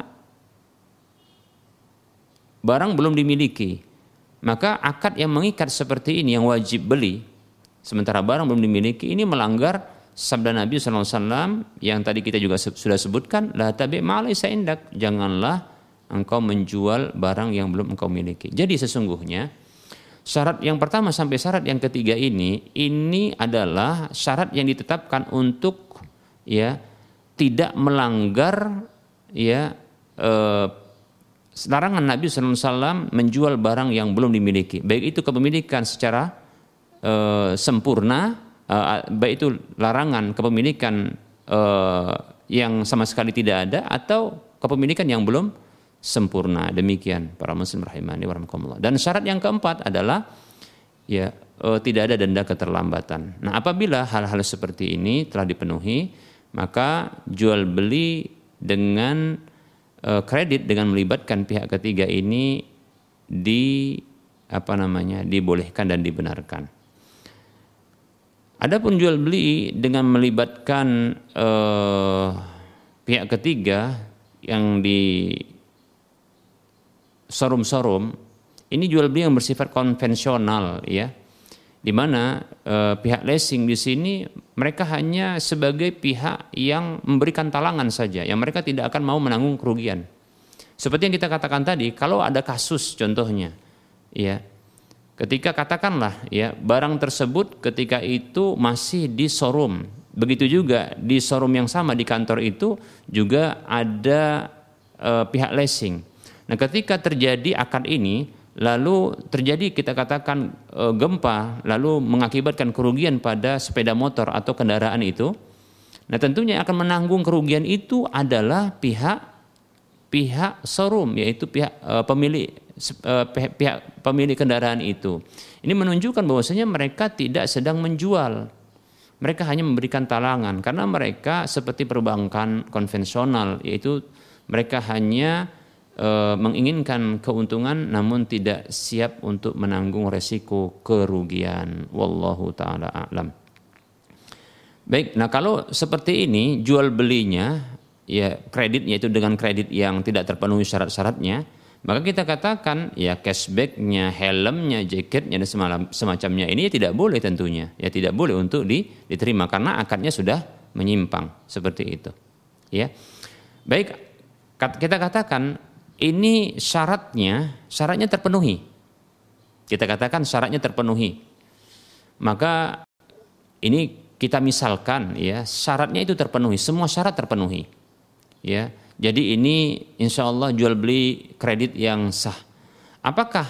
barang belum dimiliki, maka akad yang mengikat seperti ini yang wajib beli, sementara barang belum dimiliki, ini melanggar sabda Nabi SAW yang tadi kita juga sudah sebutkan, la tabi' ma laysa indak, janganlah engkau menjual barang yang belum engkau miliki. Jadi sesungguhnya syarat yang pertama sampai syarat yang ketiga ini adalah syarat yang ditetapkan untuk, ya, tidak melanggar, ya, larangan Nabi SAW menjual barang yang belum dimiliki, baik itu kepemilikan secara sempurna, baik itu larangan kepemilikan yang sama sekali tidak ada, atau kepemilikan yang belum sempurna. Demikian para muslim rahimani wa rahimakumullah. Dan syarat yang keempat adalah, ya, tidak ada denda keterlambatan. Nah, apabila hal-hal seperti ini telah dipenuhi, maka jual beli dengan kredit dengan melibatkan pihak ketiga ini dibolehkan dan dibenarkan. Adapun jual beli dengan melibatkan pihak ketiga yang di showroom, ini jual beli yang bersifat konvensional, ya, di mana pihak leasing di sini mereka hanya sebagai pihak yang memberikan talangan saja, yang mereka tidak akan mau menanggung kerugian. Seperti yang kita katakan tadi, kalau ada kasus contohnya, ya, ketika katakanlah, ya, barang tersebut ketika itu masih di showroom, begitu juga di showroom yang sama di kantor itu juga ada pihak leasing. Nah, ketika terjadi akad ini, lalu terjadi kita katakan gempa, lalu mengakibatkan kerugian pada sepeda motor atau kendaraan itu, nah tentunya akan menanggung kerugian itu adalah pihak showroom, yaitu pihak pemilik kendaraan itu. Ini menunjukkan bahwasanya mereka tidak sedang menjual, mereka hanya memberikan talangan karena mereka seperti perbankan konvensional, yaitu mereka hanya menginginkan keuntungan namun tidak siap untuk menanggung resiko kerugian. Wallahu taala a'lam. Baik, nah kalau seperti ini jual belinya ya kreditnya itu dengan kredit yang tidak terpenuhi syarat-syaratnya, maka kita katakan ya cashbacknya, helmnya, jaketnya dan semacamnya ini ya tidak boleh tentunya, ya tidak boleh untuk diterima karena akadnya sudah menyimpang seperti itu. Ya, baik kita katakan ini syaratnya terpenuhi. Kita katakan syaratnya terpenuhi. Maka ini kita misalkan ya syaratnya itu terpenuhi, semua syarat terpenuhi. Ya. Jadi ini insya Allah jual beli kredit yang sah. Apakah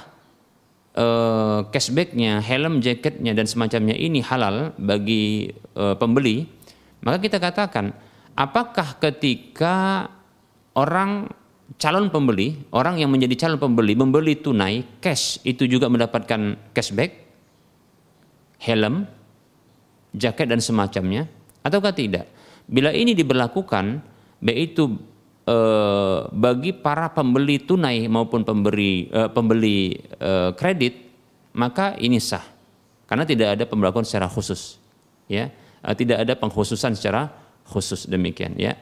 cashbacknya, helm, jaketnya dan semacamnya ini halal bagi pembeli? Maka kita katakan, apakah ketika calon pembeli, orang yang menjadi calon pembeli membeli tunai cash itu juga mendapatkan cashback, helm, jaket dan semacamnya, ataukah tidak? Bila ini diberlakukan, baik itu bagi para pembeli tunai maupun pembeli kredit, maka ini sah karena tidak ada pemberlakuan secara khusus, ya, tidak ada pengkhususan secara khusus demikian, ya.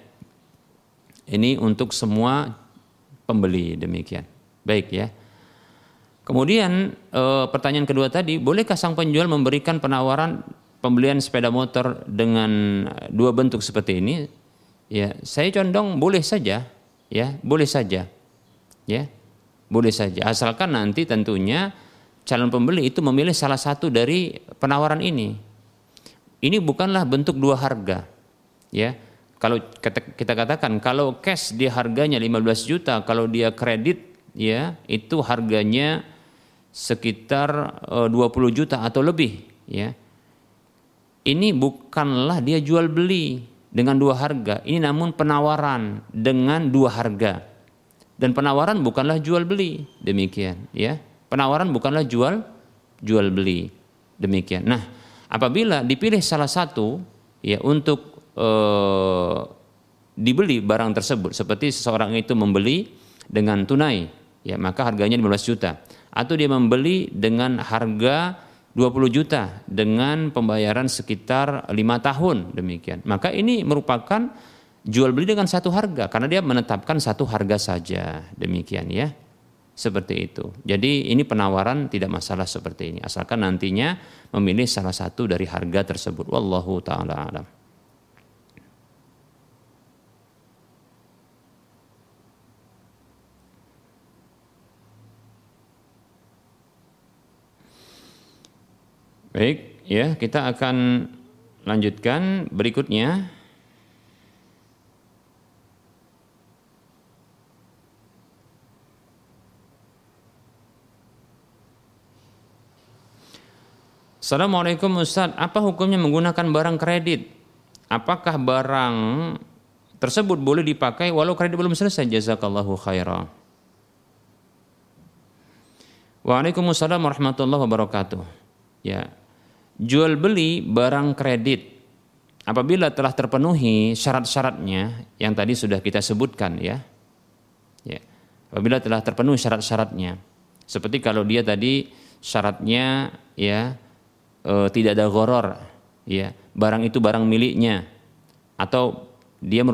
Ini untuk semua pembeli demikian. Baik ya. Kemudian pertanyaan kedua tadi, bolehkah sang penjual memberikan penawaran pembelian sepeda motor dengan dua bentuk seperti ini? Ya, saya condong boleh saja, ya, boleh saja. Ya. Boleh saja asalkan nanti tentunya calon pembeli itu memilih salah satu dari penawaran ini. Ini bukanlah bentuk dua harga. Ya. Kalau kita katakan kalau cash dia harganya 15 juta, kalau dia kredit ya itu harganya sekitar 20 juta atau lebih, ya. Ini bukanlah dia jual beli dengan dua harga, ini namun penawaran dengan dua harga. Dan penawaran bukanlah jual beli, demikian, ya. Penawaran bukanlah jual beli, demikian. Nah, apabila dipilih salah satu ya untuk dibeli barang tersebut, seperti seseorang itu membeli dengan tunai, ya maka harganya 15 juta, atau dia membeli dengan harga 20 juta dengan pembayaran sekitar 5 tahun demikian, maka ini merupakan jual beli dengan satu harga karena dia menetapkan satu harga saja, demikian ya. Seperti itu. Jadi ini penawaran tidak masalah seperti ini, asalkan nantinya memilih salah satu dari harga tersebut. Wallahu taala alam. Baik, ya, kita akan lanjutkan berikutnya. Assalamualaikum Ustaz, apa hukumnya menggunakan barang kredit? Apakah barang tersebut boleh dipakai walau kredit belum selesai? Jazakallahu khairan. Waalaikumsalam warahmatullahi wabarakatuh. Ya. Jual beli barang kredit apabila telah terpenuhi syarat-syaratnya yang tadi sudah kita sebutkan, ya. Ya. Apabila telah terpenuhi syarat-syaratnya. Seperti kalau dia tadi syaratnya ya tidak ada gharar, ya. Barang itu barang miliknya atau dia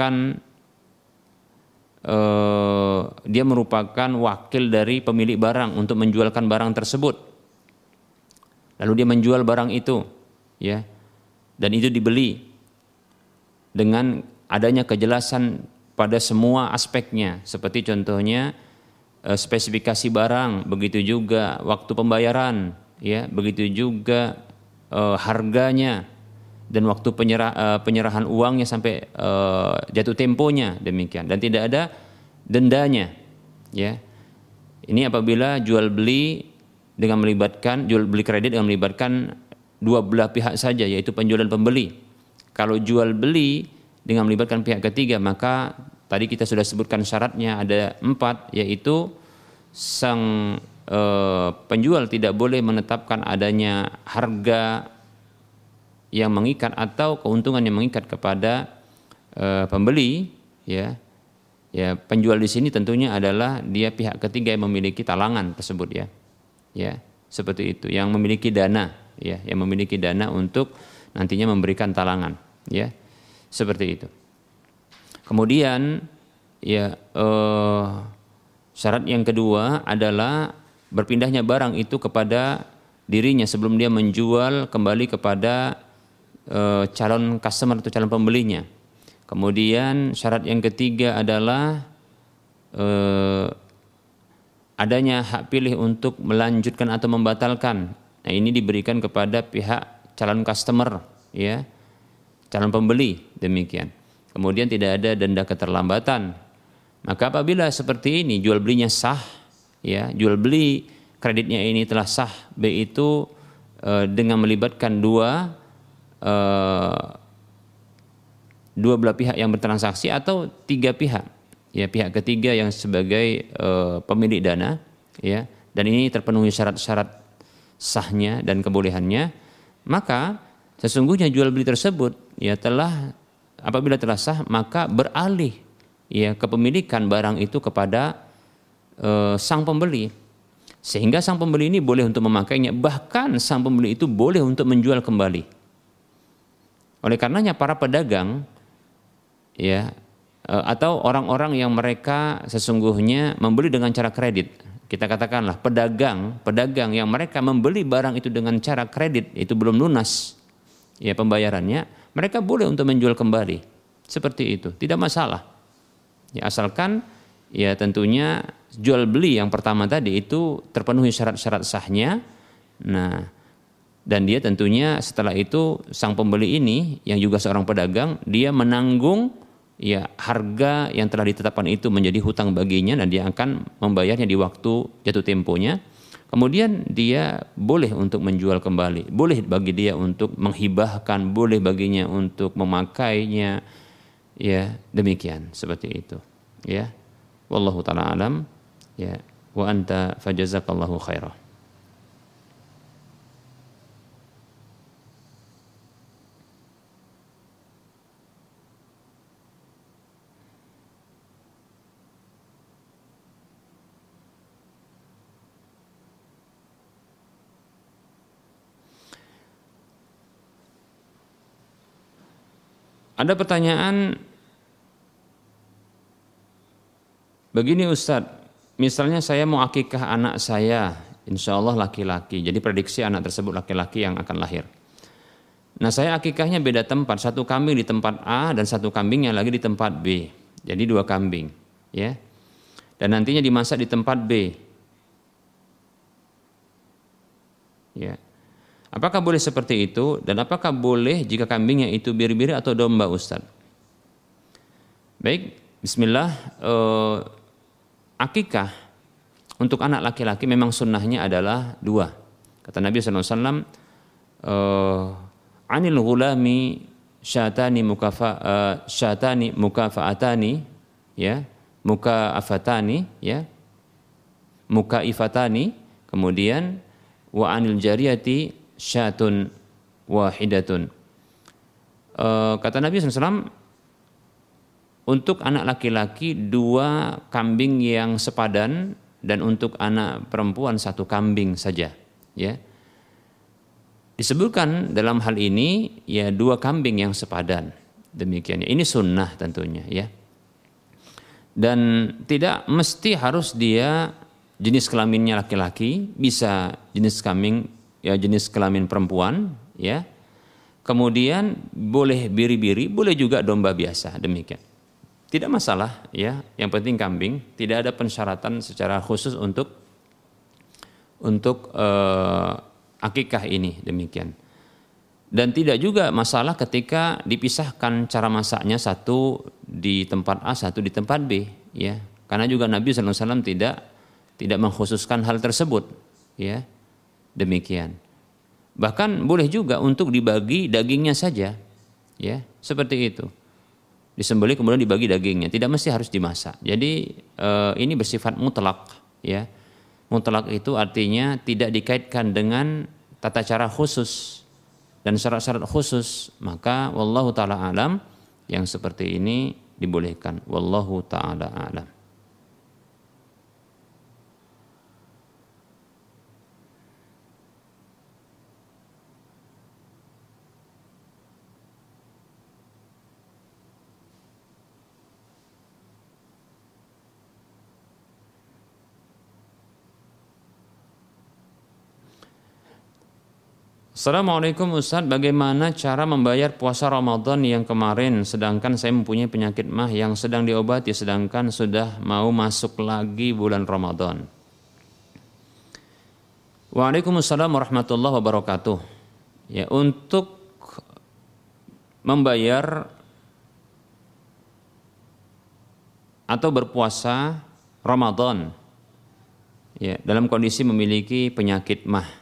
merupakan wakil dari pemilik barang untuk menjualkan barang tersebut. Lalu dia menjual barang itu, ya, dan itu dibeli dengan adanya kejelasan pada semua aspeknya, seperti contohnya spesifikasi barang, begitu juga waktu pembayaran, ya, begitu juga harganya dan waktu penyerahan uangnya sampai jatuh temponya, demikian, dan tidak ada dendanya, ya. Ini apabila jual beli kredit dengan melibatkan dua belah pihak saja, yaitu penjual dan pembeli. Kalau jual beli dengan melibatkan pihak ketiga, maka tadi kita sudah sebutkan syaratnya ada 4, yaitu sang penjual tidak boleh menetapkan adanya harga yang mengikat atau keuntungan yang mengikat kepada pembeli, ya. Ya, penjual di sini tentunya adalah dia pihak ketiga yang memiliki talangan tersebut, ya. Ya, seperti itu, yang memiliki dana, ya, yang memiliki dana untuk nantinya memberikan talangan, ya. Seperti itu. Kemudian ya syarat yang kedua adalah berpindahnya barang itu kepada dirinya sebelum dia menjual kembali kepada calon customer atau calon pembelinya. Kemudian syarat yang ketiga adalah adanya hak pilih untuk melanjutkan atau membatalkan. Nah, ini diberikan kepada pihak calon customer, ya, calon pembeli, demikian. Kemudian tidak ada denda keterlambatan. Maka apabila seperti ini jual belinya sah, ya, jual beli kreditnya ini telah sah, B itu dengan melibatkan dua belah pihak yang bertransaksi atau tiga pihak, ya, pihak ketiga yang sebagai pemilik dana, ya, dan ini terpenuhi syarat-syarat sahnya dan kebolehannya, maka sesungguhnya jual beli tersebut, ya, apabila telah sah maka beralih, ya, kepemilikan barang itu kepada sang pembeli, sehingga sang pembeli ini boleh untuk memakainya, bahkan sang pembeli itu boleh untuk menjual kembali. Oleh karenanya para pedagang, ya, atau orang-orang yang mereka sesungguhnya membeli dengan cara kredit, kita katakanlah pedagang yang mereka membeli barang itu dengan cara kredit, itu belum lunas, ya, pembayarannya, mereka boleh untuk menjual kembali, seperti itu, tidak masalah, ya, asalkan, ya, tentunya jual beli yang pertama tadi itu terpenuhi syarat-syarat sahnya. Nah, dan dia tentunya setelah itu sang pembeli ini yang juga seorang pedagang, dia menanggung, ya, harga yang telah ditetapkan itu menjadi hutang baginya dan dia akan membayarnya di waktu jatuh temponya. Kemudian dia boleh untuk menjual kembali, boleh bagi dia untuk menghibahkan, boleh baginya untuk memakainya, ya, demikian, seperti itu, ya. Wallahu ta'ala alam, ya, wa anta fajazakallahu khairah. Ada pertanyaan begini, Ustadz, misalnya saya mau akikah anak saya, insya Allah laki-laki, jadi prediksi anak tersebut laki-laki yang akan lahir. Nah, saya akikahnya beda tempat, satu kambing di tempat A dan satu kambingnya lagi di tempat B, jadi 2 kambing, ya, dan nantinya dimasak di tempat B, ya. Apakah boleh seperti itu dan apakah boleh jika kambingnya itu biri-biri atau domba, Ustaz? Baik, bismillah. Akikah untuk anak laki-laki memang sunnahnya adalah 2. Kata Nabi SAW, anil ghulami syatani mukafaatani, ya, mukaafatani, ya, mukaifatani, kemudian wa anil jariyati syatun wahidatun. Kata Nabi SAW, untuk anak laki-laki 2 kambing yang sepadan dan untuk anak perempuan 1 kambing saja, ya. Disebutkan dalam hal ini, ya, 2 kambing yang sepadan, demikian. Ini sunnah tentunya, ya. Dan tidak mesti harus dia jenis kelaminnya laki-laki, bisa jenis kelamin perempuan, ya. Kemudian boleh biri-biri, boleh juga domba biasa, demikian. Tidak masalah, ya. Yang penting kambing, tidak ada pensyaratan secara khusus untuk akikah ini, demikian. Dan tidak juga masalah ketika dipisahkan cara masaknya, satu di tempat A, satu di tempat B, ya. Karena juga Nabi SAW tidak mengkhususkan hal tersebut, ya. Demikian. Bahkan boleh juga untuk dibagi dagingnya saja, ya, seperti itu. Disembelih kemudian dibagi dagingnya, tidak mesti harus dimasak. Jadi ini bersifat mutlak, ya. Mutlak itu artinya tidak dikaitkan dengan tata cara khusus, dan syarat-syarat khusus, maka wallahu taala alam yang seperti ini dibolehkan. Wallahu taala alam. Assalamualaikum Ustadz, bagaimana cara membayar puasa Ramadan yang kemarin sedangkan saya mempunyai penyakit mah yang sedang diobati sedangkan sudah mau masuk lagi bulan Ramadan. Waalaikumsalam warahmatullahi wabarakatuh. Ya, untuk membayar atau berpuasa Ramadan ya, dalam kondisi memiliki penyakit mah,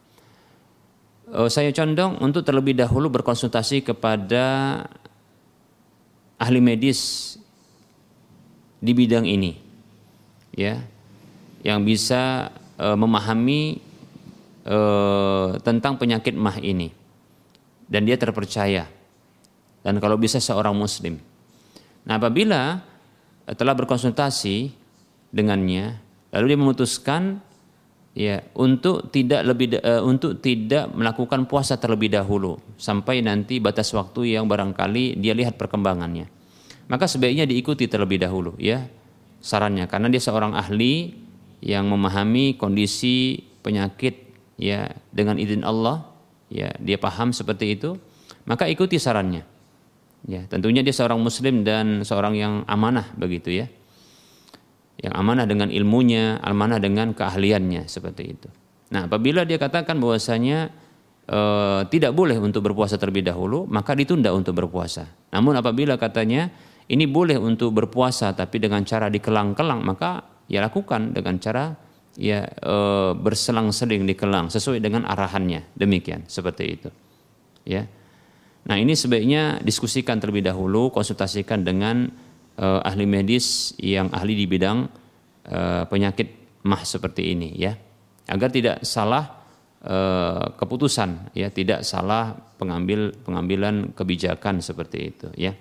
saya condong untuk terlebih dahulu berkonsultasi kepada ahli medis di bidang ini, ya, yang bisa memahami tentang penyakit mah ini, dan dia terpercaya, dan kalau bisa seorang Muslim. Nah, apabila telah berkonsultasi dengannya, lalu dia memutuskan ya untuk tidak melakukan puasa terlebih dahulu sampai nanti batas waktu yang barangkali dia lihat perkembangannya, maka sebaiknya diikuti terlebih dahulu ya sarannya, karena dia seorang ahli yang memahami kondisi penyakit ya dengan izin Allah ya, dia paham seperti itu, maka ikuti sarannya ya. Tentunya dia seorang Muslim dan seorang yang amanah begitu ya, yang amanah dengan ilmunya, amanah dengan keahliannya seperti itu. Nah, apabila dia katakan bahwasanya tidak boleh untuk berpuasa terlebih dahulu, maka ditunda untuk berpuasa. Namun apabila katanya ini boleh untuk berpuasa tapi dengan cara dikelang-kelang, maka ya lakukan dengan cara ya berselang-seling dikelang sesuai dengan arahannya, demikian seperti itu. Ya. Nah, ini sebaiknya diskusikan terlebih dahulu, konsultasikan dengan ahli medis yang ahli di bidang penyakit mah seperti ini ya, agar tidak salah keputusan ya, tidak salah pengambilan kebijakan seperti itu ya.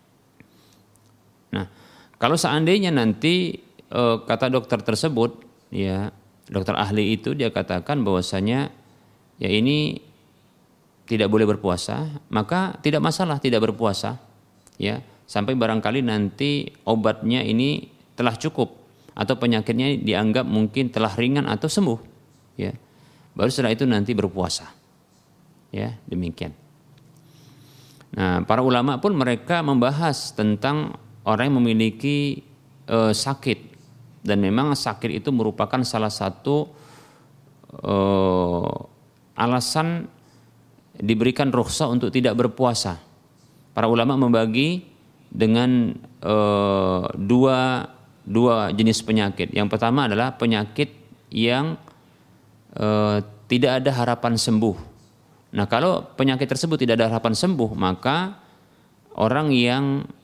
Nah, kalau seandainya nanti kata dokter tersebut ya, dokter ahli itu dia katakan bahwasanya ya ini tidak boleh berpuasa, maka tidak masalah tidak berpuasa ya, sampai barangkali nanti obatnya ini telah cukup atau penyakitnya dianggap mungkin telah ringan atau sembuh ya, baru setelah itu nanti berpuasa ya, demikian. Nah, para ulama pun mereka membahas tentang orang yang memiliki sakit, dan memang sakit itu merupakan salah satu alasan diberikan rukhsah untuk tidak berpuasa. Para ulama membagi dengan dua jenis penyakit. Yang pertama adalah penyakit yang tidak ada harapan sembuh. Nah, kalau penyakit tersebut tidak ada harapan sembuh, maka orang yang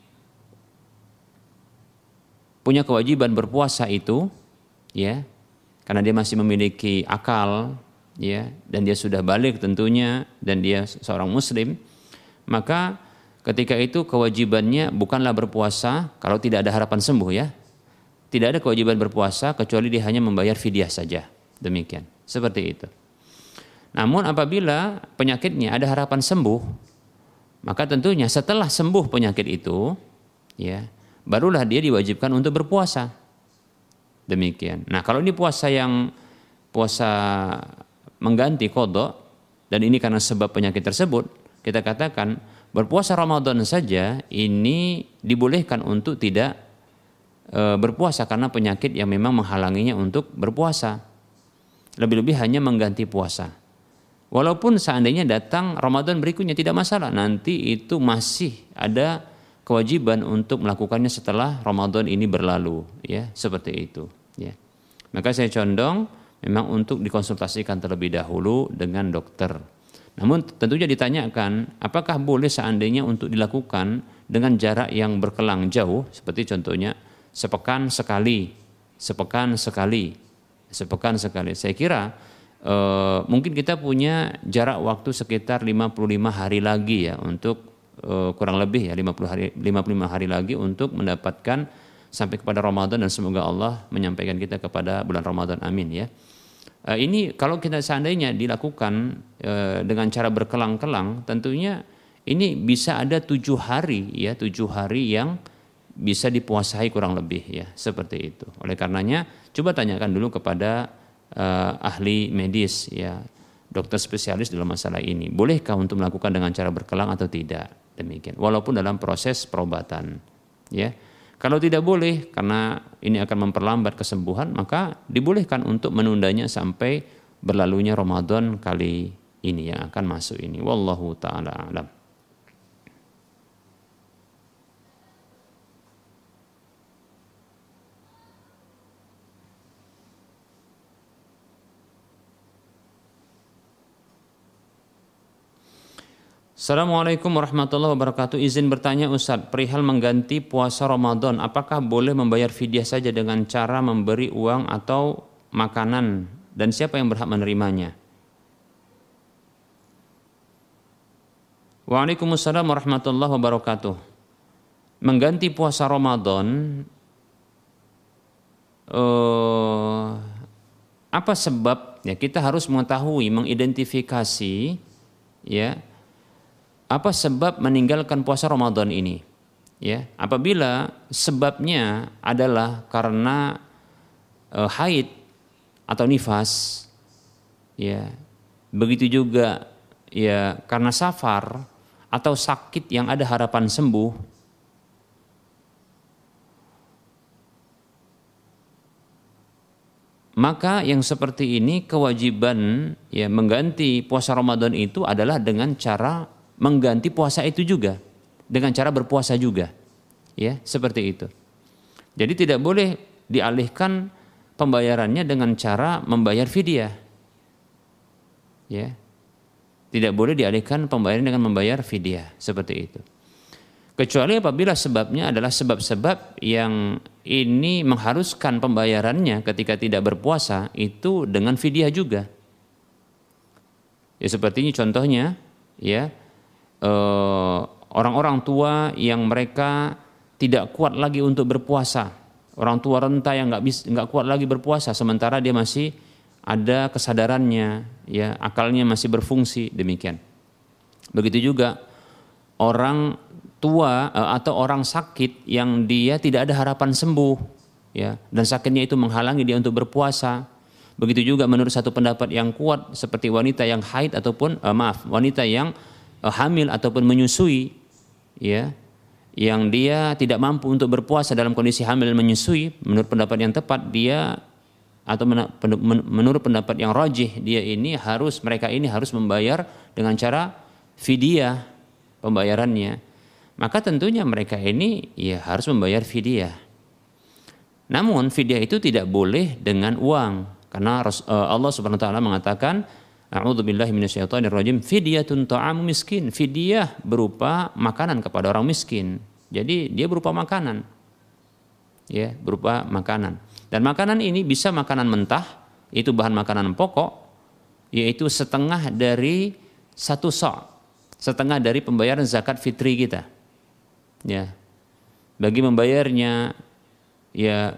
punya kewajiban berpuasa itu ya, karena dia masih memiliki akal ya, dan dia sudah balik tentunya, dan dia seorang Muslim, maka ketika itu kewajibannya bukanlah berpuasa kalau tidak ada harapan sembuh ya. Tidak ada kewajiban berpuasa kecuali dia hanya membayar fidyah saja. Demikian. Seperti itu. Namun apabila penyakitnya ada harapan sembuh, maka tentunya setelah sembuh penyakit itu ya, barulah dia diwajibkan untuk berpuasa. Demikian. Nah, kalau ini puasa mengganti qadha, dan ini karena sebab penyakit tersebut, kita katakan berpuasa Ramadan saja ini dibolehkan untuk tidak berpuasa karena penyakit yang memang menghalanginya untuk berpuasa. Lebih-lebih hanya mengganti puasa. Walaupun seandainya datang Ramadan berikutnya tidak masalah, nanti itu masih ada kewajiban untuk melakukannya setelah Ramadan ini berlalu, ya, seperti itu, ya. Maka saya condong memang untuk dikonsultasikan terlebih dahulu dengan dokter. Namun tentunya ditanyakan apakah boleh seandainya untuk dilakukan dengan jarak yang berkelang jauh, seperti contohnya sepekan sekali. Saya kira mungkin kita punya jarak waktu sekitar 55 hari lagi ya untuk kurang lebih ya 55 hari lagi untuk mendapatkan sampai kepada Ramadan, dan semoga Allah menyampaikan kita kepada bulan Ramadan, amin ya. Ini kalau kita seandainya dilakukan dengan cara berkelang-kelang, tentunya ini bisa ada 7 hari ya, 7 hari yang bisa dipuasai kurang lebih ya, seperti itu. Oleh karenanya coba tanyakan dulu kepada ahli medis ya, dokter spesialis dalam masalah ini, bolehkah untuk melakukan dengan cara berkelang atau tidak, demikian, walaupun dalam proses perobatan ya. Kalau tidak boleh karena ini akan memperlambat kesembuhan, maka dibolehkan untuk menundanya sampai berlalunya Ramadan kali ini yang akan masuk ini. Wallahu taala alam. Assalamualaikum warahmatullahi wabarakatuh. Izin bertanya Ustadz, perihal mengganti puasa Ramadan, apakah boleh membayar fidyah saja dengan cara memberi uang atau makanan, dan siapa yang berhak menerimanya? Waalaikumsalam warahmatullahi wabarakatuh. Mengganti puasa Ramadan, apa sebab? Ya, kita harus mengetahui, mengidentifikasi ya, apa sebab meninggalkan puasa Ramadan ini? Ya, apabila sebabnya adalah karena haid atau nifas, ya, begitu juga ya karena safar atau sakit yang ada harapan sembuh, maka yang seperti ini kewajiban ya mengganti puasa Ramadan itu adalah dengan cara mengganti puasa itu juga, dengan cara berpuasa juga ya, seperti itu. Jadi tidak boleh dialihkan pembayarannya dengan cara membayar fidyah ya, tidak boleh dialihkan pembayaran dengan membayar fidyah, seperti itu, kecuali apabila sebabnya adalah sebab-sebab yang ini mengharuskan pembayarannya ketika tidak berpuasa itu dengan fidyah juga ya. Seperti ini contohnya ya, orang-orang tua yang mereka tidak kuat lagi untuk berpuasa, orang tua renta yang nggak kuat lagi berpuasa sementara dia masih ada kesadarannya ya, akalnya masih berfungsi, demikian. Begitu juga orang tua atau orang sakit yang dia tidak ada harapan sembuh ya, dan sakitnya itu menghalangi dia untuk berpuasa. Begitu juga menurut satu pendapat yang kuat seperti wanita yang haid ataupun wanita yang hamil ataupun menyusui ya, yang dia tidak mampu untuk berpuasa dalam kondisi hamil dan menyusui, menurut pendapat yang tepat dia atau menurut pendapat yang rajih mereka ini harus membayar dengan cara fidyah pembayarannya. Maka tentunya mereka ini ya harus membayar fidyah. Namun fidyah itu tidak boleh dengan uang, karena Allah Subhanahu wa taala mengatakan a'udzubillahi minasyaitonirrajim, fidyatun ta'amu miskin. Fidyah berupa makanan kepada orang miskin. Jadi dia berupa makanan. Ya, berupa makanan. Dan makanan ini bisa makanan mentah, itu bahan makanan pokok, yaitu setengah dari 1 sa', setengah dari pembayaran zakat fitri kita. Ya. Bagi membayarnya ya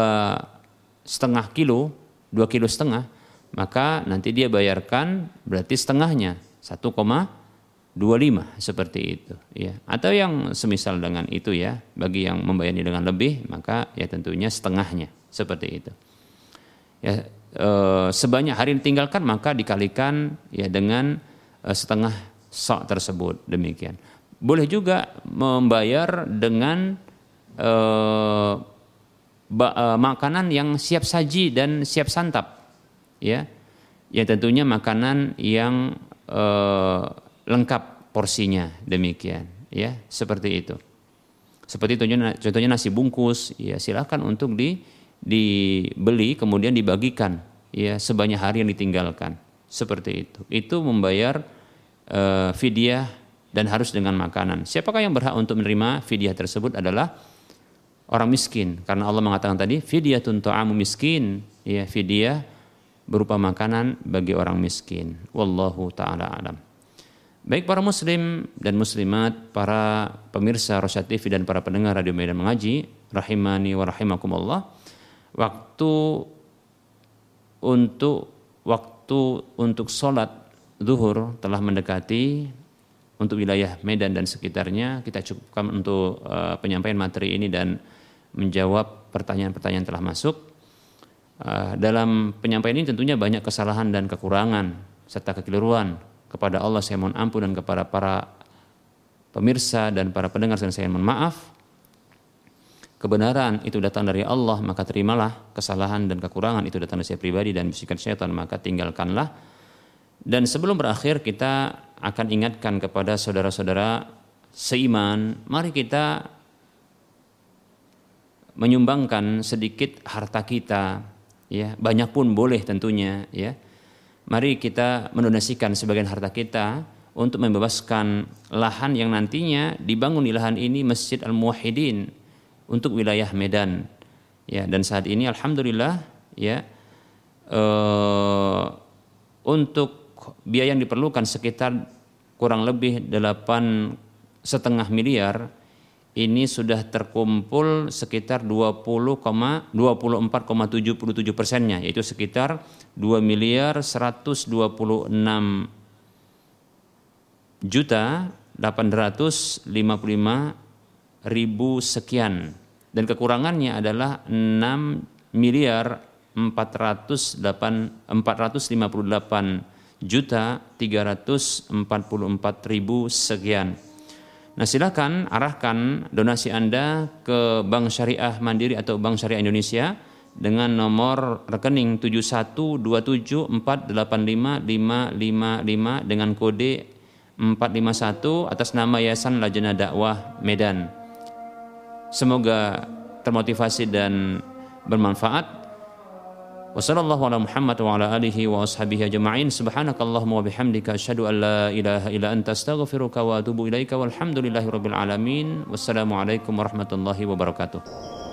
2,5 kilo, 2,5 kilo, maka nanti dia bayarkan berarti setengahnya 1,25 seperti itu ya, atau yang semisal dengan itu ya. Bagi yang membayarnya dengan lebih, maka ya tentunya setengahnya, seperti itu ya. Sebanyak hari yang ditinggalkan maka dikalikan ya dengan setengah sa' tersebut, demikian. Boleh juga membayar dengan makanan yang siap saji dan siap santap ya, tentunya makanan yang lengkap porsinya, demikian ya, seperti itu. Seperti contohnya nasi bungkus ya, silakan untuk dibeli kemudian dibagikan ya sebanyak hari yang ditinggalkan, seperti itu. Itu membayar fidyah dan harus dengan makanan. Siapakah yang berhak untuk menerima fidyah tersebut adalah orang miskin, karena Allah mengatakan tadi fidyatun ta'amu miskin ya, fidyah berupa makanan bagi orang miskin. Wallahu ta'ala alam. Baik para muslim dan muslimat, para pemirsa Rosyad TV dan para pendengar Radio Medan Mengaji, rahimani wa rahimakumullah. Waktu untuk sholat zuhur telah mendekati. Untuk wilayah Medan dan sekitarnya kita cukupkan untuk penyampaian materi ini dan menjawab pertanyaan-pertanyaan yang telah masuk. Dalam penyampaian ini tentunya banyak kesalahan dan kekurangan serta kekeliruan. Kepada Allah saya mohon ampun, dan kepada para pemirsa dan para pendengar saya mohon maaf. Kebenaran itu datang dari Allah, maka terimalah. Kesalahan dan kekurangan itu datang dari saya pribadi dan bisikan syaitan, maka tinggalkanlah. Dan sebelum berakhir kita akan ingatkan kepada saudara-saudara seiman, mari kita menyumbangkan sedikit harta kita, ya, banyak pun boleh tentunya, ya. Mari kita mendonasikan sebagian harta kita untuk membebaskan lahan yang nantinya dibangun di lahan ini Masjid Al-Muwahhidin untuk wilayah Medan. Ya, dan saat ini alhamdulillah, ya, untuk biaya yang diperlukan sekitar kurang lebih 8,5 miliar, ini sudah terkumpul sekitar 24,77%-nya, yaitu sekitar 2.126.855.000 sekian, dan kekurangannya adalah 6.458.344.000 sekian. Nah, silakan arahkan donasi Anda ke Bank Syariah Mandiri atau Bank Syariah Indonesia dengan nomor rekening 7127485555 dengan kode 451 atas nama Yayasan Lajnah Dakwah Medan. Semoga termotivasi dan bermanfaat. Wassallallahu ala Muhammad wa ala alihi wa ashabihi ajma'in. Subhanakallahumma wa bihamdika asyhadu an la ilaha illa anta astaghfiruka wa atubu ilaika walhamdulillahi rabbil alamin. Wassalamualaikum warahmatullahi wabarakatuh.